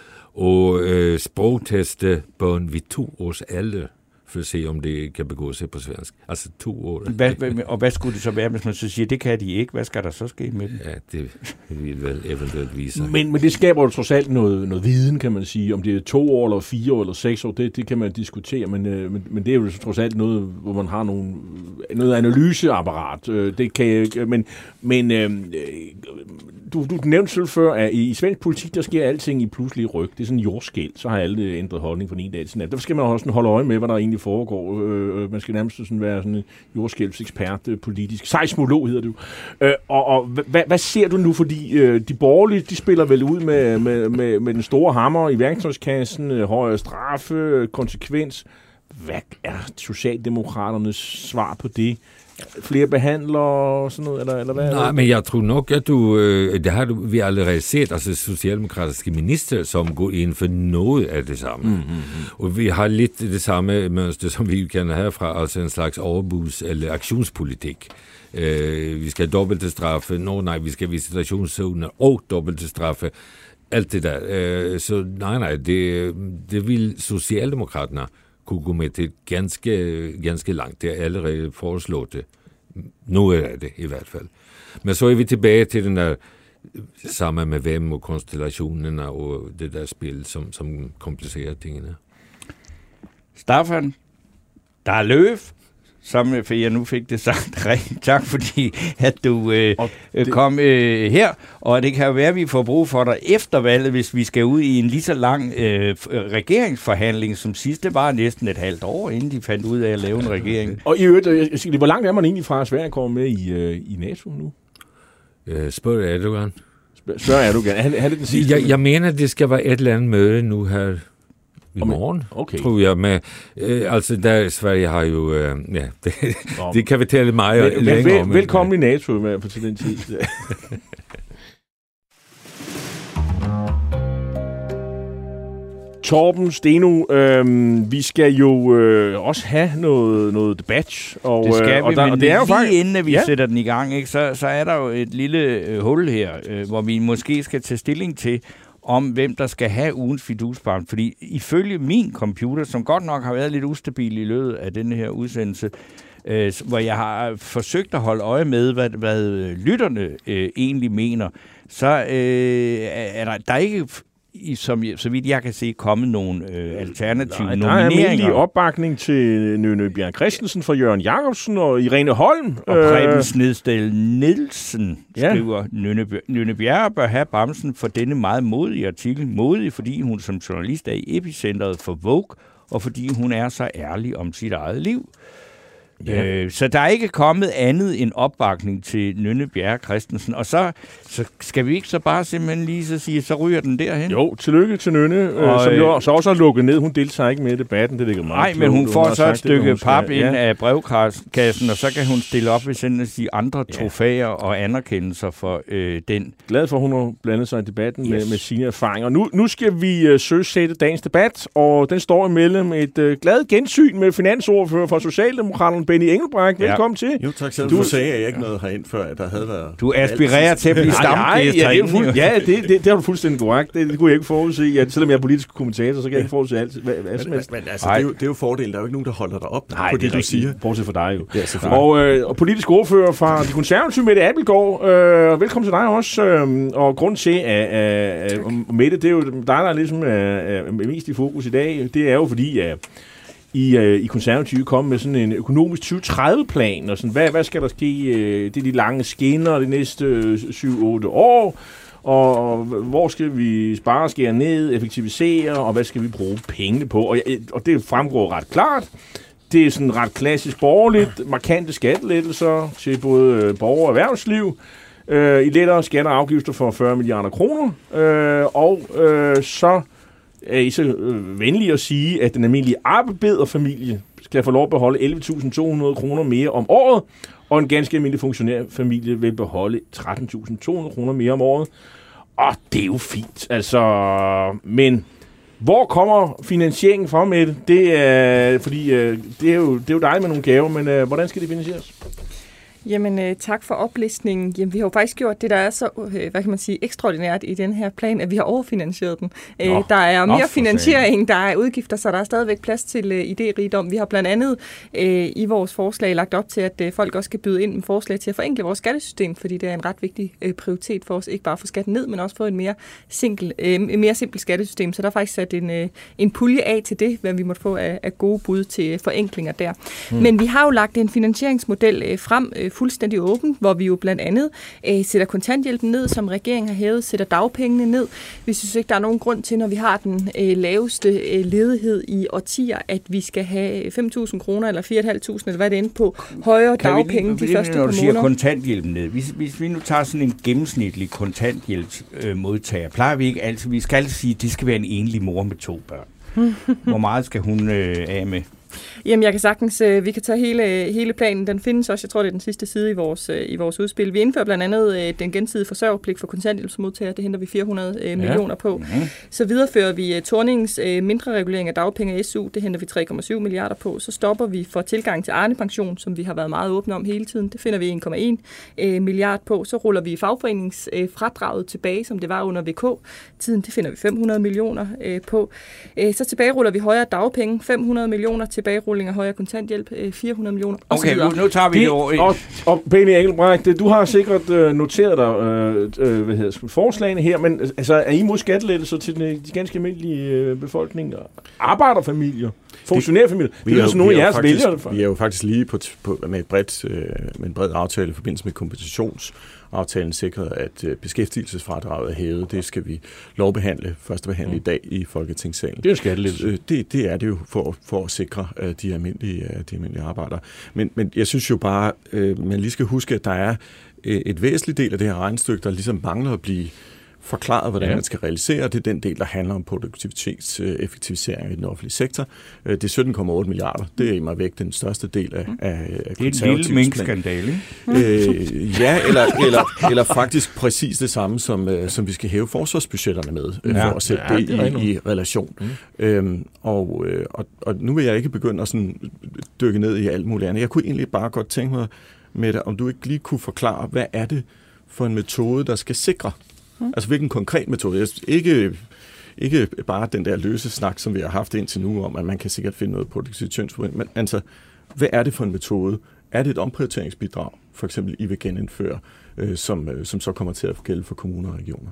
Og øh, sprogteste børn ved to års alder, for at se, om det kan begå sig på svensk. Altså to år. Hvad, hvad, og hvad skulle det så være, hvis man så siger, det kan de ikke? Hvad skal der så ske med dem? Ja, det vil vel eventuelt vise sig. Men, men det skaber jo trods alt noget, noget viden, kan man sige. Om det er to år, eller fire år, eller seks år, det, det kan man diskutere. Men, øh, men, men det er jo trods alt noget, hvor man har nogle, noget analyseapparat. Det kan jeg, men men øh, du, du nævnte selv før, at i svensk politik, der sker alting i pludselige ryg. Det er sådan en jordskæld. Så har alle ændret holdning fra en dag til den anden. Der skal man også holde øje med, hvad der egentlig foregår. Øh, man skal nærmest sådan være sådan en jordskælvsekspert, øh, politisk. Seismolog hedder du. Øh, og og hvad, hvad ser du nu? Fordi øh, de borgerlige, de spiller vel ud med, med, med, med den store hammer i værktøjskassen, øh, højere straffe, konsekvens. Hvad er Socialdemokraternes svar på det? Flere behandlere og sådan noget, eller, eller hvad? Nej, men jeg tror nok, at du, øh, det har du, vi allerede set, altså socialdemokratiske minister, som går ind for noget af det samme. Mm, mm, mm. Og vi har lidt det samme mønster, som vi kender herfra, altså en slags overbuds- eller aktionspolitik. Øh, vi skal dobbelt til straffe, nå nej, vi skal visitationszoner og dobbelt til straffe. Alt det der. Øh, så nej, nej, det, det vil Socialdemokraterne kunne gå med til ganske, ganske langt. Det er allerede foreslået det. Nu er det i hvert fald. Men så er vi tilbage til den der sammen med hvem og konstellationerne og det der spil, som, som komplicerer tingene. Staffan, der er løv, som for jeg nu fik det sagt. Rigtig tak, fordi at du øh, det... kom øh, her. Og det kan jo være, at vi får brug for dig efter valget, hvis vi skal ud i en lige så lang øh, regeringsforhandling som sidste. Det var næsten et halvt år, inden de fandt ud af at lave en regering. Og i øvrigt, jeg siger, hvor langt er man egentlig fra, at Sverige kommer med i, øh, i NATO nu? Øh, spørg Erdogan. Spørg Erdogan. Er, er det den sidste? Jeg, jeg mener, det skal være et eller andet møde nu her i morgen, okay. tror jeg. Men, øh, altså, der, Sverige har jo... Øh, ja, det, det kan vi tale meget vel, længere vel, om. Velkommen i NATO med på til den tid. Torben Steno, øh, vi skal jo øh, også have noget, noget debat. Og, det skal og vi, der, men og det er jo lige faktisk, inden vi ja. sætter den i gang, ikke, så, så er der jo et lille øh, hul her, øh, hvor vi måske skal tage stilling til, om hvem der skal have ugens fidusbarn. Fordi ifølge min computer, som godt nok har været lidt ustabil i løbet af denne her udsendelse, øh, hvor jeg har forsøgt at holde øje med, hvad, hvad lytterne øh, egentlig mener, så øh, er der, der er ikke... I, som, så vidt jeg kan se, komme nogle øh, alternative Nej, nomineringer. Der er almindelig opbakning til Nønne Bjerg Christensen fra Jørgen Jacobsen og Irene Holm. Og Preben Snedsdal Nielsen ja. skriver, Nønne, Nønne Bjerg bør have bamsen for denne meget modige artikel. Modig, fordi hun som journalist er i epicentret for Vogue, og fordi hun er så ærlig om sit eget liv. Ja. Øh, så der er ikke kommet andet end opbakning til Nønne Bjerre Christensen. Og så, så skal vi ikke så bare simpelthen lige så sige, så ryger den derhen? Jo, tillykke til Nønne, og, øh, som jo så også har lukket ned. Hun deltager ikke med i debatten, det ligger meget Nej, men hun får så et stykke det, pap ind ja. af brevkassen, og så kan hun stille op ved sådan at sige andre ja. trofæer og anerkendelser for øh, den. Glad for, at hun har blandet sig i debatten yes. med, med sine erfaringer. Nu, nu skal vi øh, søsætte dagens debat, og den står imellem et øh, glad gensyn med finansordfører for Socialdemokraterne, Benny Engelbrecht. Velkommen ja. til. Jo, tak selv. Du sagde, at jeg ikke nåede herind før, at der havde været... Du aspirerer til at blive stamgæst ja, det, fuld, ja det, det, det har du fuldstændig korrekt. Det, det kunne jeg ikke forudse. Ja, selvom jeg er politisk kommentator, så kan jeg ikke forudse alt. Hvad, hvad men, men altså, det er, jo, det er jo fordelen. Der er jo ikke nogen, der holder dig op Nej, på det, det, du rigtig, siger. Bortset for dig jo. Ja, og, øh, og politisk ordfører fra De Konservative, Mette Abildgaard. Øh, velkommen til dig også. Øh, og grund til, at øh, Mette, det er jo dig, der er ligesom øh, mest i fokus i dag. Det er jo fordi, at I, øh, I Konservative kom med sådan en økonomisk tyve tredive-plan, og sådan, hvad, hvad skal der ske? Øh, det er de lange skinner de næste øh, syv otte år, og, og hvor skal vi spare, skære ned, effektivisere, og hvad skal vi bruge pengene på? Og, og det fremgår ret klart. Det er sådan ret klassisk borgerligt, markante skattelettelser til både borger og erhvervsliv, øh, i lettere skatter og afgifter for fyrre milliarder kroner, øh, og øh, så er I så øh, venlige at sige, at den almindelige arbejderfamilie skal få lov at beholde elleve tusind to hundrede kroner mere om året, og en ganske almindelig funktionærfamilie vil beholde tretten tusind to hundrede kroner mere om året. Og det er jo fint, altså, men hvor kommer finansieringen fra med det? Det er, fordi øh, det, er jo, det er jo dejligt med nogle gaver, men øh, hvordan skal det finansieres? Jamen, øh, tak for oplistningen. Jamen, vi har jo faktisk gjort det, der er så, øh, hvad kan man sige, ekstraordinært i den her plan, at vi har overfinansieret den. Øh, nå, der er mere finansiering, der er udgifter, så der er stadigvæk plads til øh, idérigdom. Vi har blandt andet øh, i vores forslag lagt op til, at øh, folk også skal byde ind med forslag til at forenkle vores skattesystem, fordi det er en ret vigtig øh, prioritet for os, ikke bare at få skatten ned, men også få et mere, sinkel, øh, mere simpelt skattesystem. Så der er faktisk sat en, øh, en pulje af til det, hvad vi måtte få af, af gode bud til forenklinger der. Hmm. Men vi har jo lagt en finansieringsmodel øh, frem, øh, fuldstændig åben, hvor vi jo blandt andet øh, sætter kontanthjælpen ned, som regeringen har hævet, sætter dagpengene ned. Vi synes ikke, der er nogen grund til, når vi har den øh, laveste øh, ledighed i årtier, at vi skal have fem tusind kroner eller fire tusind fem hundrede eller hvad det er inde på, højere kan dagpenge lige, de første par måneder. Når du siger kontanthjælpen ned, hvis, hvis vi nu tager sådan en gennemsnitlig kontanthjælpsmodtager, øh, plejer vi ikke altid, vi skal altid sige, at det skal være en enlig mor med to børn. Hvor meget skal hun øh, af med? Jamen, jeg kan sagtens, øh, vi kan tage hele, hele planen. Den findes også, jeg tror, det er den sidste side i vores, øh, i vores udspil. Vi indfører blandt andet øh, den gensidige forsørgerpligt for kontanthjælpsmodtagere. Det henter vi fire hundrede øh, millioner ja. på. Mm-hmm. Så viderefører vi øh, Thornings øh, mindre regulering af dagpenge og S U. Det henter vi tre komma syv milliarder på. Så stopper vi for tilgang til Arne-pension, som vi har været meget åbne om hele tiden. Det finder vi en komma en øh, milliard på. Så ruller vi fagforeningsfradraget øh, tilbage, som det var under V K-tiden. Det finder vi fem hundrede millioner øh, på. Øh, så tilbage ruller vi højere dagpenge, fem hundrede millioner til tilbagerulling af højere kontanthjælp, fire hundrede millioner Okay, nu, nu tager vi det over. Og, og Benny Engelbrecht, du har sikkert øh, noteret dig øh, øh, hvad hedder, forslagene her, men altså, er I mod skattelettelser til de, de ganske almindelige øh, befolkninger? Arbejderfamilier? Funktionærfamilier? Det, det er jo sådan nogle af jeres vælgere. Vi er jo faktisk lige på, på, med, et bredt, øh, med en bred aftale i forbindelse med kompensations aftalen sikret, at beskæftigelsesfradraget er hævet. Det skal vi lovbehandle, første behandle mm. i dag i Folketingssalen. Det er jo skattelettelser. Det, det er det jo for, for at sikre uh, de, almindelige, uh, de almindelige arbejdere. Men, men jeg synes jo bare, uh, man lige skal huske, at der er uh, et væsentligt del af det her regnestykke, der ligesom mangler at blive forklaret, hvordan ja. man skal realisere. Det er den del, der handler om produktivitetseffektivisering i den offentlige sektor. Det er sytten komma otte milliarder. Det er i mig væk den største del af, af, af det er en lille minkskandale. Øh, ja, eller, eller, eller faktisk præcis det samme, som, som vi skal hæve forsvarsbudgetterne med, ja. for at sætte ja, det, det i, i relation. Mm. Øhm, og, og, og nu vil jeg ikke begynde at sådan dykke ned i alt muligt andet. Jeg kunne egentlig bare godt tænke mig, Mette, om du ikke lige kunne forklare, hvad er det for en metode, der skal sikre? Mm. Altså hvilken konkret metode? Ikke, ikke bare den der løse snak, som vi har haft indtil nu, om at man kan sikkert finde noget produktivitetsforbund, men altså, hvad er det for en metode? Er det et omprioriteringsbidrag, for eksempel I vil genindføre, øh, som, øh, som så kommer til at gælde for kommuner og regioner?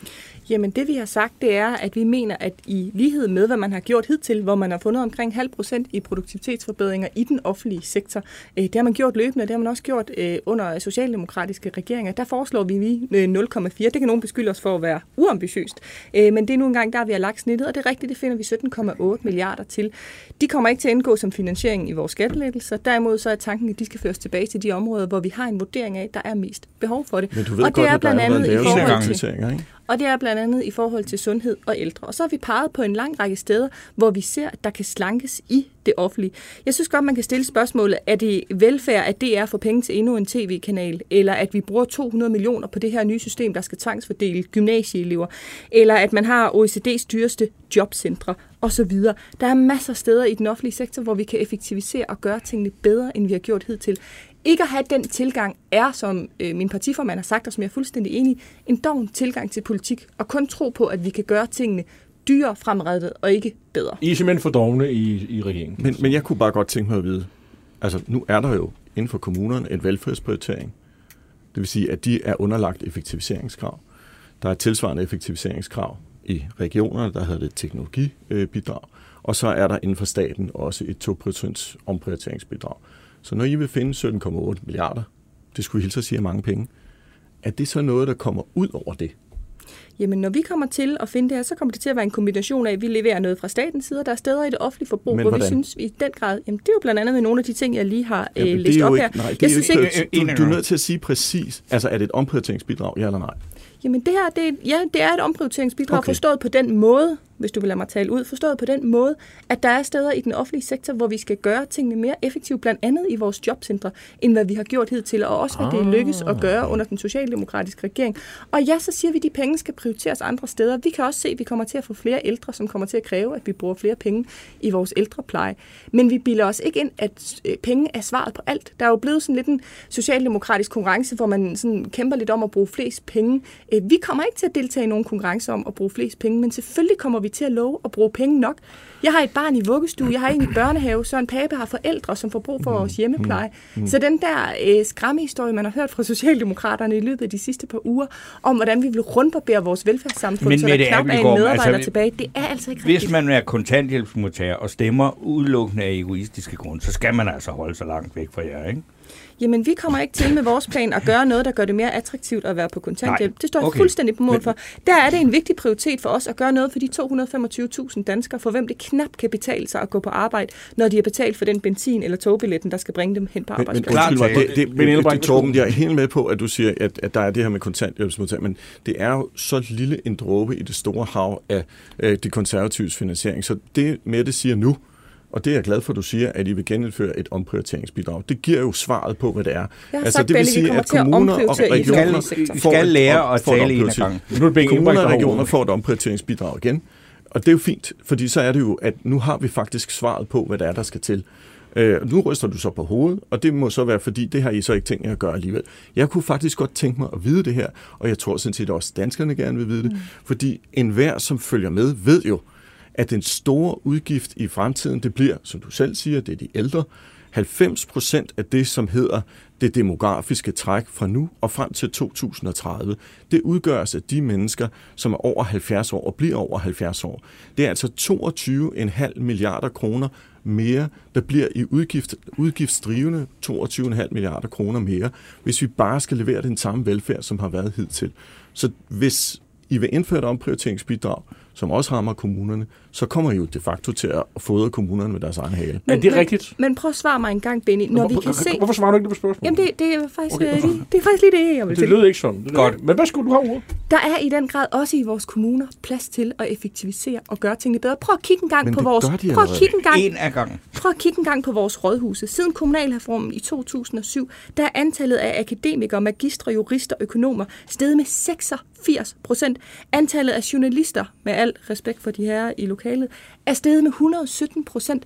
Jamen det vi har sagt, det er, at vi mener, at i lighed med, hvad man har gjort hidtil, hvor man har fundet omkring halv procent i produktivitetsforbedringer i den offentlige sektor, øh, det har man gjort løbende, det har man også gjort øh, under socialdemokratiske regeringer. Der foreslår vi øh, nul komma fire. Det kan nogen beskylde os for at være uambitiøst, øh, men det er nu engang der, vi har lagt snittet, og det er rigtigt, det finder vi sytten komma otte milliarder til. De kommer ikke til at indgå som finansiering i vores skattelettelser. Derimod så er tanken, at de skal føres tilbage til de områder, hvor vi har en vurdering af, der er mest behov for det. Men du ved og godt, det er blandt andet i forhold til, ikke? Og det er blandt andet i forhold til sundhed og ældre. Og så har vi peget på en lang række steder, hvor vi ser, at der kan slankes i det offentlige. Jeg synes godt, man kan stille spørgsmålet, er det velfærd, at D R får penge til endnu en tv-kanal, eller at vi bruger to hundrede millioner på det her nye system, der skal tvangsfordele gymnasieelever, eller at man har O E C D's dyreste jobcentre osv. Der er masser af steder i den offentlige sektor, hvor vi kan effektivisere og gøre tingene bedre, end vi har gjort hidtil. Ikke at have den tilgang er, som øh, min partiformand har sagt, og som jeg er fuldstændig enig i, en doven tilgang til politik, og kun tro på, at vi kan gøre tingene dyrere fremadrettet og ikke bedre. I er simpelthen for dovne i, i regeringen. Men, men jeg kunne bare godt tænke mig at vide, altså nu er der jo inden for kommunerne en velfærdsprioritering. Det vil sige, at de er underlagt effektiviseringskrav. Der er et tilsvarende effektiviseringskrav i regionerne, der hedder det teknologibidrag, og så er der inden for staten også et to procent omprioriteringsbidrag. Så når I vil finde sytten komma otte milliarder, det skulle hilse at sige mange penge, er det så noget, der kommer ud over det? Jamen, når vi kommer til at finde det her, så kommer det til at være en kombination af, at vi leverer noget fra statens side, der er steder i det offentlige forbrug, hvor vi synes i den grad, jamen det er jo blandt andet med nogle af de ting, jeg lige har øh, læst op ikke, her. Nej, det jeg er synes ikke, ikke, du, du er nødt til at sige præcis, altså er det et omprioriteringsbidrag, ja eller nej? Jamen det her, det er, ja, det er et omprioriteringsbidrag, okay. Forstået på den måde, hvis du vil lade mig tale ud, forstået på den måde, at der er steder i den offentlige sektor, hvor vi skal gøre tingene mere effektivt, blandt andet i vores jobcentre, end hvad vi har gjort hidtil, og også hvad det lykkes at gøre under den socialdemokratiske regering. Og ja, så siger vi, at de penge skal prioriteres andre steder. Vi kan også se, at vi kommer til at få flere ældre, som kommer til at kræve, at vi bruger flere penge i vores ældrepleje. Men vi bilder os ikke ind, at penge er svaret på alt. Der er jo blevet sådan lidt en socialdemokratisk konkurrence, hvor man sådan kæmper lidt om at bruge flest penge. Vi kommer ikke til at deltage i nogen konkurrence om at bruge flest penge, men selvfølgelig kommer vi til at love at bruge penge nok. Jeg har et barn i vuggestue, jeg har en i børnehave, så en pape har forældre, som får brug for vores hjemmepleje. Mm. Mm. Så den der øh, skræmmehistorie, man har hørt fra Socialdemokraterne i løbet af de sidste par uger, om hvordan vi vil rundbarbere vores velfærdssamfund, men, så der knap er en medarbejder altså, tilbage, det er altså ikke rigtigt. Hvis man er kontanthjælpsmodtager og stemmer udelukkende af egoistiske grunde, så skal man altså holde så langt væk fra jer, ikke? Jamen, vi kommer ikke til med vores plan at gøre noget, der gør det mere attraktivt at være på kontanthjælp. Nej. Det står jeg okay. fuldstændig på mål for. Der er det en vigtig prioritet for os at gøre noget for de to hundrede og femogtyve tusind danskere, for hvem det knap kan betale sig at gå på arbejde, når de har betalt for den benzin- eller togbilletten, der skal bringe dem hen på arbejdspladsen. Men, men undskyld mig, det, det, det, Torben, jeg er helt med på, at du siger, at, at der er det her med kontanthjælpsmodtager, men det er jo så lille en dråbe i det store hav af øh, de konservatives finansiering. Så det med det siger nu, og det er jeg glad for, at du siger, at I vil genindføre et omprioriteringsbidrag. Det giver jo svaret på, hvad det er. Altså, sagt, det vil sige, at kommuner og regioner skal, skal lære at tale en af gangen. Kommuner og regioner får et omprioriteringsbidrag igen. Og det er jo fint, fordi så er det jo, at nu har vi faktisk svaret på, hvad det er, der skal til. Øh, nu ryster du så på hovedet, og det må så være, fordi det har I så ikke tænkt jer at gøre alligevel. Jeg kunne faktisk godt tænke mig at vide det her, og jeg tror sådan set også, at danskerne gerne vil vide det, mm. fordi enhver, som følger med, ved jo, at den store udgift i fremtiden, det bliver, som du selv siger, det er de ældre, halvfems procent af det, som hedder det demografiske træk fra nu og frem til to tusind og tredive, det udgøres af de mennesker, som er over halvfjerds år og bliver over halvfjerds år. Det er altså toogtyve komma fem milliarder kroner mere, der bliver i udgift, udgiftsdrivende toogtyve komma fem milliarder kroner mere, hvis vi bare skal levere den samme velfærd, som har været hidtil. Så hvis I vil indføre et omprioriteringsbidrag, som også rammer kommunerne, så kommer I jo de facto til at fodre kommunerne med deres egen hale. Men, er det men, rigtigt? Men prøv at svare mig en gang, Benny. Når Hvor, vi kan se... Hvorfor svarer du ikke det på spørgsmålet? Jamen, det, det, er faktisk, Okay, okay. det, det er faktisk lige det, jeg vil Det lød ikke sådan. Det Godt. Men hvad skulle du have ordet? Der er i den grad også i vores kommuner plads til at effektivisere og gøre tingene bedre. Prøv at kigge en gang Men på det vores... gør de Prøv at allerede. kigge en gang... En af gangen. Prøv at kigge en gang på vores rådhuse. Siden kommunalreformen i to tusind og syv, der er antallet af akademikere, magistre, jurister og økonomer steget med seksogfirs procent. Antallet af journalister, med al respekt for de her i lokalet, er steget med et hundrede og sytten procent.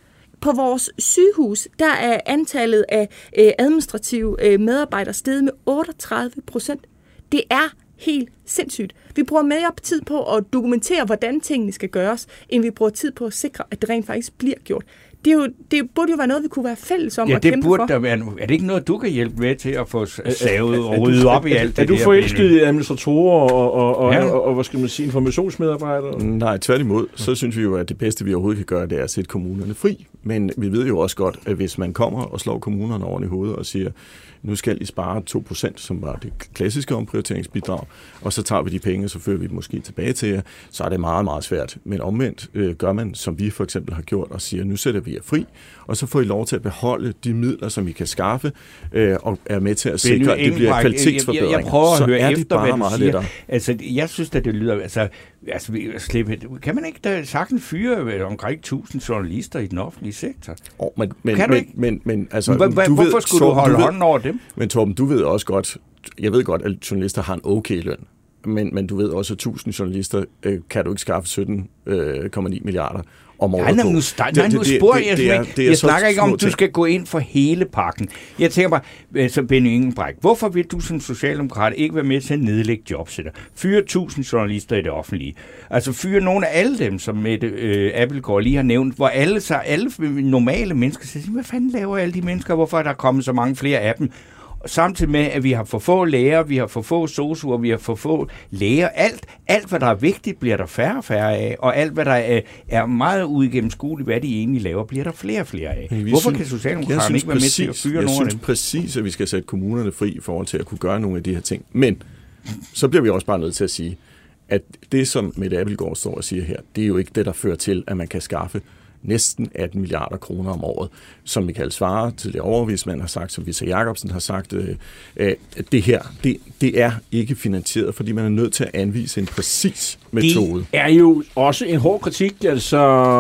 På vores sygehus, der er antallet af øh, administrative øh, medarbejdere steget med otteogtredive procent. Det er helt sindssygt. Vi bruger mere tid på at dokumentere, hvordan tingene skal gøres, end vi bruger tid på at sikre, at det rent faktisk bliver gjort. Det, er jo, det burde jo være noget, vi kunne være fælles om Ja, at det kæmpe burde for. der være. Er det ikke noget, du kan hjælpe med til at få savet og ryddet op i alt det Er du der? forelsket i administratorer og, og, og, Ja. og, og, hvad skal man sige, informationsmedarbejdere? Nej, tværtimod, så synes vi jo, at det bedste, vi overhovedet kan gøre, det er at sætte kommunerne fri. Men vi ved jo også godt, at hvis man kommer og slår kommunerne oven i hovedet og siger, nu skal I spare to procent, som var det klassiske omprioriteringsbidrag, og så tager vi de penge, og så fører vi dem måske tilbage til jer, så er det meget, meget svært. Men omvendt øh, gør man, som vi for eksempel har gjort, og siger, nu sætter vi jer fri, og så får I lov til at beholde de midler, som I kan skaffe, øh, og er med til at sikre, at det bliver kvalitetsforbedringer. Jeg, jeg, jeg prøver at så høre er efter, det bare hvad du meget siger. lettere. Altså, jeg synes, at det lyder... Altså, altså slippe, kan man ikke da sagtens fyre omkring tusind journalister i den offentlige sektor? Oh, men, men, Kan du ikke? men, men, men, altså, Hva, hva, du hvorfor ved, skulle Torben, du holde du ved, hånden over dem? Men Torben, du ved også godt, jeg ved godt, at journalister har en okay løn, men, men du ved også, at tusind journalister øh, kan du ikke skaffe sytten komma ni milliarder om året. Nej, nej, nu, sta- nej, nu spørger jeg det, det, det, det Jeg snakker ikke om, at du skal gå ind for hele pakken. Jeg tænker bare, så Benny Engelbrecht, hvorfor vil du som socialdemokrat ikke være med til at nedlægge jobcenter? Fyre tusind journalister i det offentlige. Altså fyre nogle af alle dem, som Mette øh, Abildgaard lige har nævnt, hvor alle, så, alle normale mennesker siger, hvad fanden laver alle de mennesker? Hvorfor er der kommet så mange flere af dem? Samtidig med, at vi har for få lærere, vi har for få sosuer, vi har for få læger. Alt, alt, hvad der er vigtigt, bliver der færre og færre af, og alt, hvad der er, er meget uigennemskueligt, hvad de egentlig laver, bliver der flere og flere af. Hvorfor synes, kan Socialdemokraterne ikke være med til at fyre nogle af dem? Jeg synes præcis, at vi skal sætte kommunerne fri i forhold til at kunne gøre nogle af de her ting. Men så bliver vi også bare nødt til at sige, at det, som Mette Abildgaard står og siger her, det er jo ikke det, der fører til, at man kan skaffe næsten atten milliarder kroner om året, som Michael Svarer, tidligere overvismand, har sagt, som Visa Jacobsen har sagt, øh, at det her, det, det er ikke finansieret, fordi man er nødt til at anvise en præcis metode. Det er jo også en hård kritik, altså,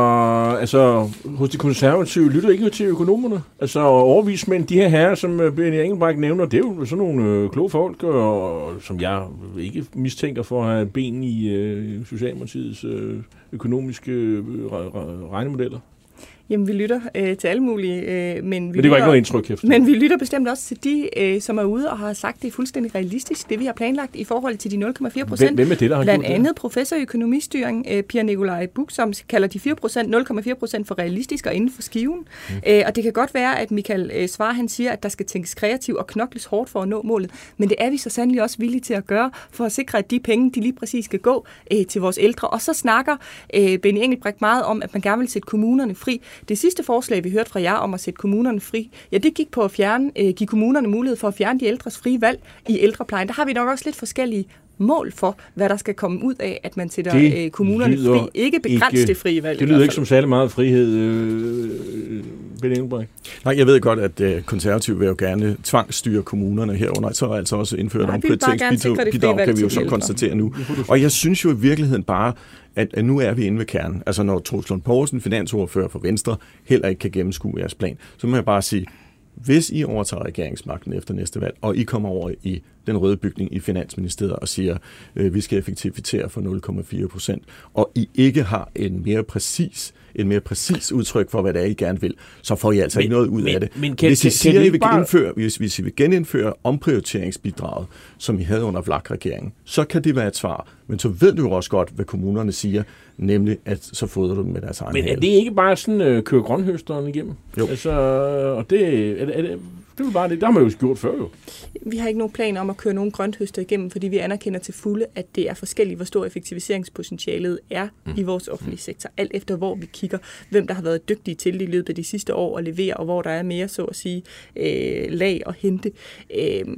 altså hos de konservative lytter ikke til økonomerne. Altså overvismænd, de her herrer, som Benny Engelbrecht nævner, det er jo sådan nogle øh, kloge folk, og, som jeg ikke mistænker for at have ben i øh, Socialdemokratiets øh, økonomiske øh, regnemodeller. Jamen, vi lytter øh, til alle mulige, øh, men, vi men det lytter, var ikke noget indtryk, efter. Men vi lytter bestemt også til de, øh, som er ude og har sagt, at det er fuldstændig realistisk, det vi har planlagt i forhold til de nul komma fire procent. Hvem er det, der har Blandt gjort andet professor i økonomistyring, øh, Pia Nikolaj Buch, som kalder de fire procent, nul komma fire procent for realistisk og inden for skiven. Mm. Øh, og det kan godt være, at Michael øh, Svarer, han siger, at der skal tænkes kreativt og knokles hårdt for at nå målet. Men det er vi så sandelig også villige til at gøre, for at sikre, at de penge, de lige præcis skal gå øh, til vores ældre. Og så snakker øh, Benny Engelbrecht meget om, at man gerne vil sætte kommunerne fri. Det sidste forslag, vi hørte fra jer om at sætte kommunerne fri, ja, det gik på at fjerne, øh, give kommunerne mulighed for at fjerne de ældres frie valg i ældreplejen. Der har vi nok også lidt forskellige mål for, hvad der skal komme ud af, at man sætter øh, kommunerne fri. Ikke begrænse det frie valg. Det lyder ikke som særlig meget frihed, øh, Benny Engelbrecht. Nej, jeg ved godt, at øh, konservative vil jo gerne tvangsstyre kommunerne herunder, så er altså også indført omprioriteringsbidrag, kan vi jo så konstatere nu. Og jeg synes jo i virkeligheden bare, at, at nu er vi inde ved kernen. Altså når Troels Lund Poulsen, finansordfører for Venstre, heller ikke kan gennemskue jeres plan, så må jeg bare sige, hvis I overtager regeringsmagten efter næste valg, og I kommer over i den røde bygning i Finansministeriet og siger, øh, vi skal effektivisere for nul komma fire procent, og I ikke har en mere præcis en mere præcis udtryk for, hvad det er, I gerne vil, så får I altså men, ikke noget ud men, af det. Men kan, hvis I kan, siger, kan I vil bare... indføre, hvis, hvis I vil genindføre omprioriteringsbidraget, som I havde under V L A K-regeringen, så kan det være et svar. Men så ved du også godt, hvad kommunerne siger, nemlig at så fodrer du dem med deres egen Men er hale. det ikke bare sådan øh, køre grønhøsteren igennem? Jo. Altså, og det, er, er, er, det er bare det. Der har man jo gjort før jo. Vi har ikke nogen planer om at køre nogen grønthøster igennem, fordi vi anerkender til fulde, at det er forskelligt, hvor stor effektiviseringspotentialet er mm. i vores offentlige sektor. Alt efter, hvor vi kigger, hvem der har været dygtige til det i løbet af de sidste år at levere, og hvor der er mere, så at sige, øh, lag at hente. Øh,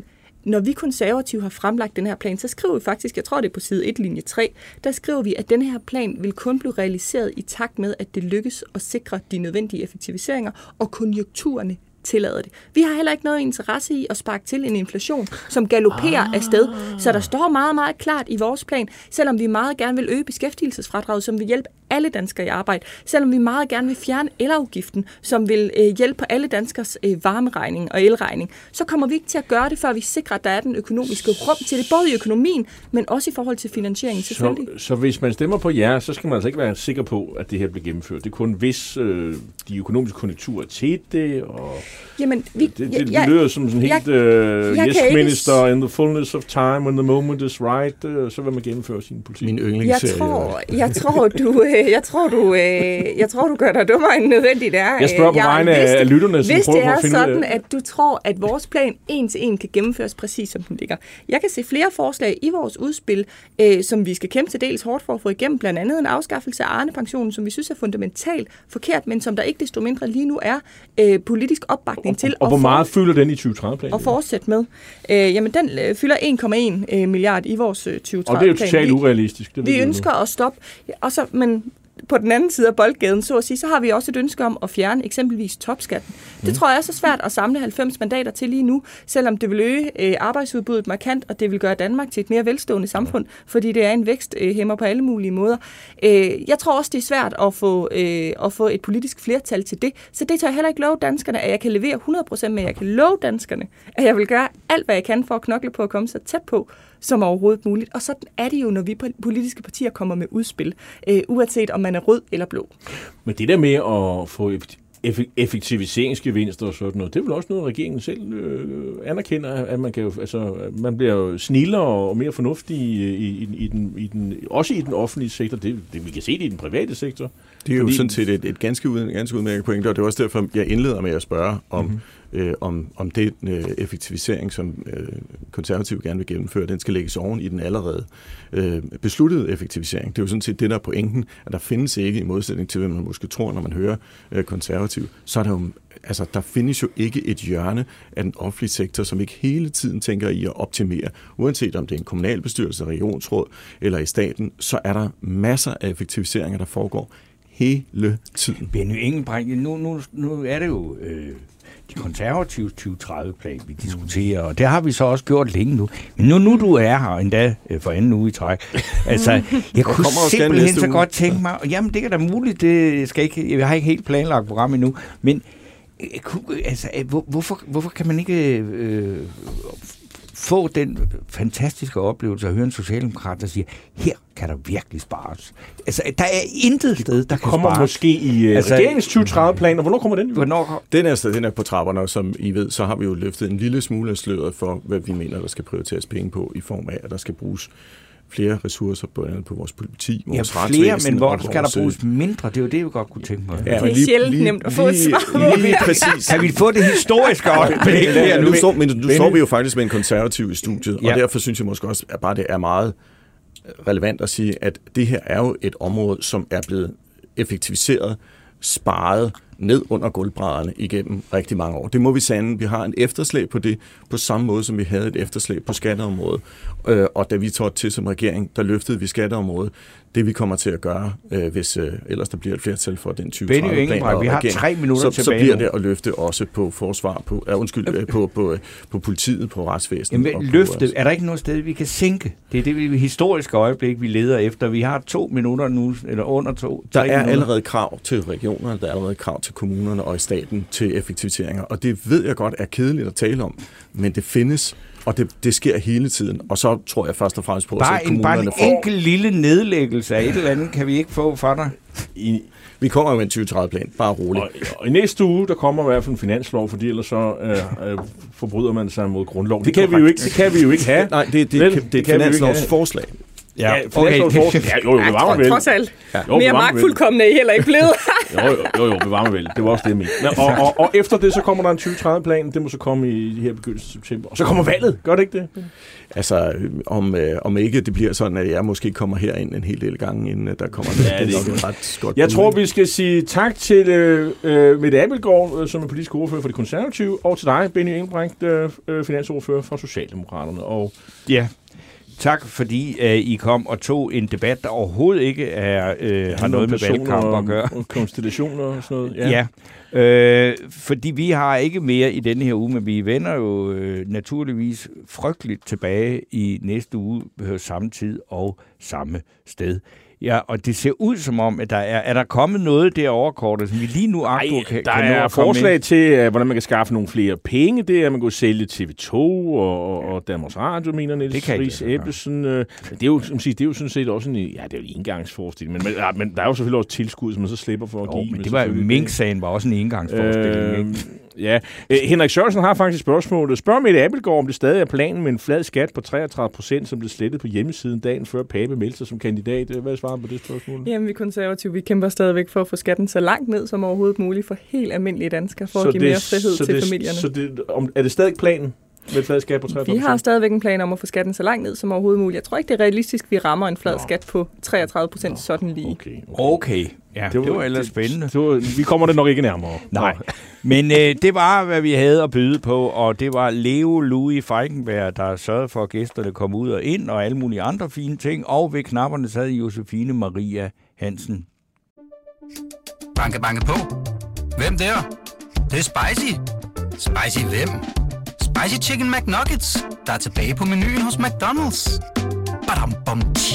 når vi konservative har fremlagt den her plan, så skriver vi faktisk, jeg tror det er på side et, linje tre, der skriver vi, at den her plan vil kun blive realiseret i takt med, at det lykkes at sikre de nødvendige effektiviseringer, og konjunkturerne tillader det. Vi har heller ikke noget interesse i at sparke til en inflation, som galopperer ah. afsted. Så der står meget, meget klart i vores plan, selvom vi meget gerne vil øge beskæftigelsesfradraget, som vil hjælpe alle danskere i arbejde, selvom vi meget gerne vil fjerne elafgiften, som vil øh, hjælpe på alle danskers øh, varmeregning og elregning, så kommer vi ikke til at gøre det, før vi sikrer, at der er den økonomiske rum til det, både i økonomien, men også i forhold til finansieringen selvfølgelig. Så, så hvis man stemmer på ja, så skal man altså ikke være sikker på, at det her bliver gennemført. Det er kun hvis øh, de økonomiske konjunkturer til det, og Jamen, vi, det, det, det lyder som sådan helt uh, yes minister in the fullness of time, when the moment is right, uh, så vil man gennemføre sin politik. Min yndlingsserie. Jeg tror, jeg tror, du, øh, jeg tror, du, øh, jeg tror, du gør dig dummere end nødvendigt er. Jeg spørger på vegne af, af lytterne, som hvis prøver det er at finde sådan, at du tror, at vores plan en til en kan gennemføres præcis som den ligger. Jeg kan se flere forslag i vores udspil, øh, som vi skal kæmpe til dels hårdt for at få igennem, blandt andet en afskaffelse af Arne-pensionen, som vi synes er fundamentalt forkert, men som der ikke desto mindre lige nu er øh, politisk opbakning til. Og, og hvor meget fylder den i tyve tredive-planen? Og fortsætte med. Øh, jamen, den øh, fylder en komma en øh, milliard i vores øh, tyve tredive-plan. Og det er jo totalt urealistisk. Det vi ønsker nu. at stoppe. Og så, men på den anden side af boldgaden, så at sige, så har vi også et ønske om at fjerne eksempelvis topskatten. Det mm. tror jeg er så svært at samle halvfems mandater til lige nu, selvom det vil øge øh, arbejdsudbuddet markant, og det vil gøre Danmark til et mere velstående samfund, fordi det er en væksthæmmer på alle mulige måder. Øh, jeg tror også, det er svært at få, øh, at få et politisk flertal til det, så det tør jeg heller ikke love danskerne, at jeg kan levere hundrede procent, men jeg kan love danskerne, at jeg vil gøre alt, hvad jeg kan for at knokle på at komme så tæt på som overhovedet muligt. Og sådan er det jo, når vi politiske partier kommer med udspil, øh, uanset om man er rød eller blå. Men det der med at få effektiviseringsgevinster og sådan noget, det er vel også noget, regeringen selv øh, anerkender, at man kan jo, altså, man bliver jo snillere og mere fornuftig i, i, i, den, i den, også i den offentlige sektor. Det, det vi kan se det i den private sektor. Det er jo fordi sådan set et, et ganske, ud, ganske udmærket point, og det er også derfor, jeg indleder med at spørge om, mm-hmm. øh, om, om det øh, effektivisering, som øh, konservative gerne vil gennemføre, den skal lægges oven i den allerede øh, besluttede effektivisering. Det er jo sådan set det, der er pointen, at der findes ikke, i modsætning til, hvad man måske tror, når man hører øh, konservativ, så er der jo, altså, der findes jo ikke et hjørne af den offentlige sektor, som ikke hele tiden tænker i at optimere. Uanset om det er en kommunalbestyrelse, regionsråd eller i staten, så er der masser af effektiviseringer, der foregår hele tiden. Benny Engelbrecht, nu, nu, nu er det jo øh, de konservative tyve tredive-plan, vi diskuterer, og det har vi så også gjort længe nu. Men nu, nu du er her, endda for anden uge i træk, altså, jeg kunne simpelthen så godt tænke mig, jamen det er da muligt, det skal ikke, jeg har ikke helt planlagt program endnu, men altså, hvor, hvorfor, hvorfor kan man ikke øh, få den fantastiske oplevelse at høre en socialdemokrat, der siger, her kan der virkelig spares. Altså, der er intet sted, der kan kommer spares. Måske i uh, altså, regeringens tyve tredive-plan, og hvornår kommer den? Hvornår? Den er, den er på trapperne, og som I ved, så har vi jo løftet en lille smule af sløret for, hvad vi mener, der skal prioriteres penge på, i form af, at der skal bruges flere ressourcer på, på vores politi, vores ja, retsvæsen. Flere, men hvor skal der bruges mindre? Det er jo det, vi godt kunne tænke mig. Ja, det er sjældent nemt at få et svar. Lige præcis. Kan vi få det historiske øjeblik? Ja, nu står, men nu står vi jo faktisk med en konservativ i studiet, ja. Og derfor synes jeg måske også, at bare det er meget relevant at sige, at det her er jo et område, som er blevet effektiviseret, sparet ned under gulvbrædderne igennem rigtig mange år. Det må vi sande. Vi har en efterslæb på det, på samme måde som vi havde et efterslæb på skatteområdet. Øh, og da vi trådte til som regering, der løftede vi skatteområdet. Det vi kommer til at gøre, øh, hvis øh, ellers der bliver et flertal for den tyve tredive-plan, vi har tre minutter så, så bliver det at løfte også på forsvar, på, uh, undskyld, uh, på, på, på politiet, på retsvæsenet. Jamen, løfte, på, er der ikke noget sted, vi kan sænke? Det er det vi, historiske øjeblik, vi leder efter. Vi har to minutter nu, eller under to. Der er minutter. allerede krav til regionerne, der er allerede krav til kommunerne og i staten til effektiviseringer, og det ved jeg godt er kedeligt at tale om, men det findes. Og det, det sker hele tiden. Og så tror jeg først og fremmest på, bare at kommunerne får... Bare en enkelt lille nedlæggelse af et eller andet, kan vi ikke få for dig? I, vi kommer jo med en tyve tredive-plan. Bare roligt. Og, og i næste uge, der kommer i hvert fald en finanslov, fordi ellers så øh, øh, forbryder man sig mod grundloven. Det, det, kan vi jo ikke, det kan vi jo ikke have. Nej, det, det, det, det, det er et finanslovsforslag. Ja, okay. Ja, jo, jo, det var vel. Trods alt. Ja. Mere magtfuldkommende er I heller ikke blevet. Jo, jo, jo, jo bevar mig vel. Det var også det, jeg mente. Og, og, og efter det, så kommer der en tyve tredive-plan. Det må så komme i her begyndelsen af september. Og så kommer valget. Gør det ikke det? Altså, om, øh, om ikke det bliver sådan, at jeg måske kommer herind en hel del gange, inden der kommer ja, det, det er ret godt. Jeg tror, vi skal sige tak til øh, Mette Abildgaard, øh, som er politisk ordfører for De Konservative, og til dig, Benny Engelbrecht, øh, finansordfører for Socialdemokraterne. Og ja, tak fordi øh, I kom og tog en debat, der overhovedet ikke er, øh, har noget med valgkamp at gøre. Og konstellationer og sådan noget. Ja. ja. Øh, fordi vi har ikke mere i denne her uge, men vi vender jo øh, naturligvis frygteligt tilbage i næste uge på samme tid og samme sted. Ja, og det ser ud som om, at der er, er der kommet noget derovre, Korte, som vi lige nu aktuelt kan, der kan er forslag ind til, uh, hvordan man kan skaffe nogle flere penge. Det er, at man kan sælge T V to og, og Danmarks Radio, mener Niels Friis Ebbesen. Uh, det, er jo, som siger, det er jo sådan set også en, ja, det er jo en engangsforestilling, men, men, ja, men der er jo selvfølgelig også tilskud, som man så slipper for at jo, give. Men det var jo, Mink-sagen var også en engangsforestilling, øh, ikke? Ja, uh, Henrik Sørensen har faktisk et spørgsmål. Spørg Mette Abildgaard, om det stadig er planen med en flad skat på treogtredive procent, som blev slettet på hjemmesiden dagen før Pape meldte sig som kandidat. Hvad svarer på det spørgsmål? Jamen, vi konservative, vi kæmper stadigvæk for at få skatten så langt ned som overhovedet muligt for helt almindelige danskere, for så at give det, mere frihed til det, familierne. Så det, om, er det stadig planen med en flad skat på treogtredive procent? Vi har stadigvæk en plan om at få skatten så langt ned som overhovedet muligt. Jeg tror ikke, det er realistisk, vi rammer en flad Nå. skat på treogtredive procent sådan lige. Okay, okay. okay. Ja, det var, det var ellers spændende. Det var, vi kommer det nok ikke nærmere. Nej, men øh, det var, hvad vi havde at byde på, og det var Leo Louis Feigenberg, der sørgede for, at gæsterne kom ud og ind, og alle mulige andre fine ting, og ved knapperne sad Josefine Maria Hansen. Banke, banke på. Hvem der? Det, det er spicy. Spicy hvem? Spicy Chicken McNuggets, der er tilbage på menuen hos McDonald's. Badum, bom,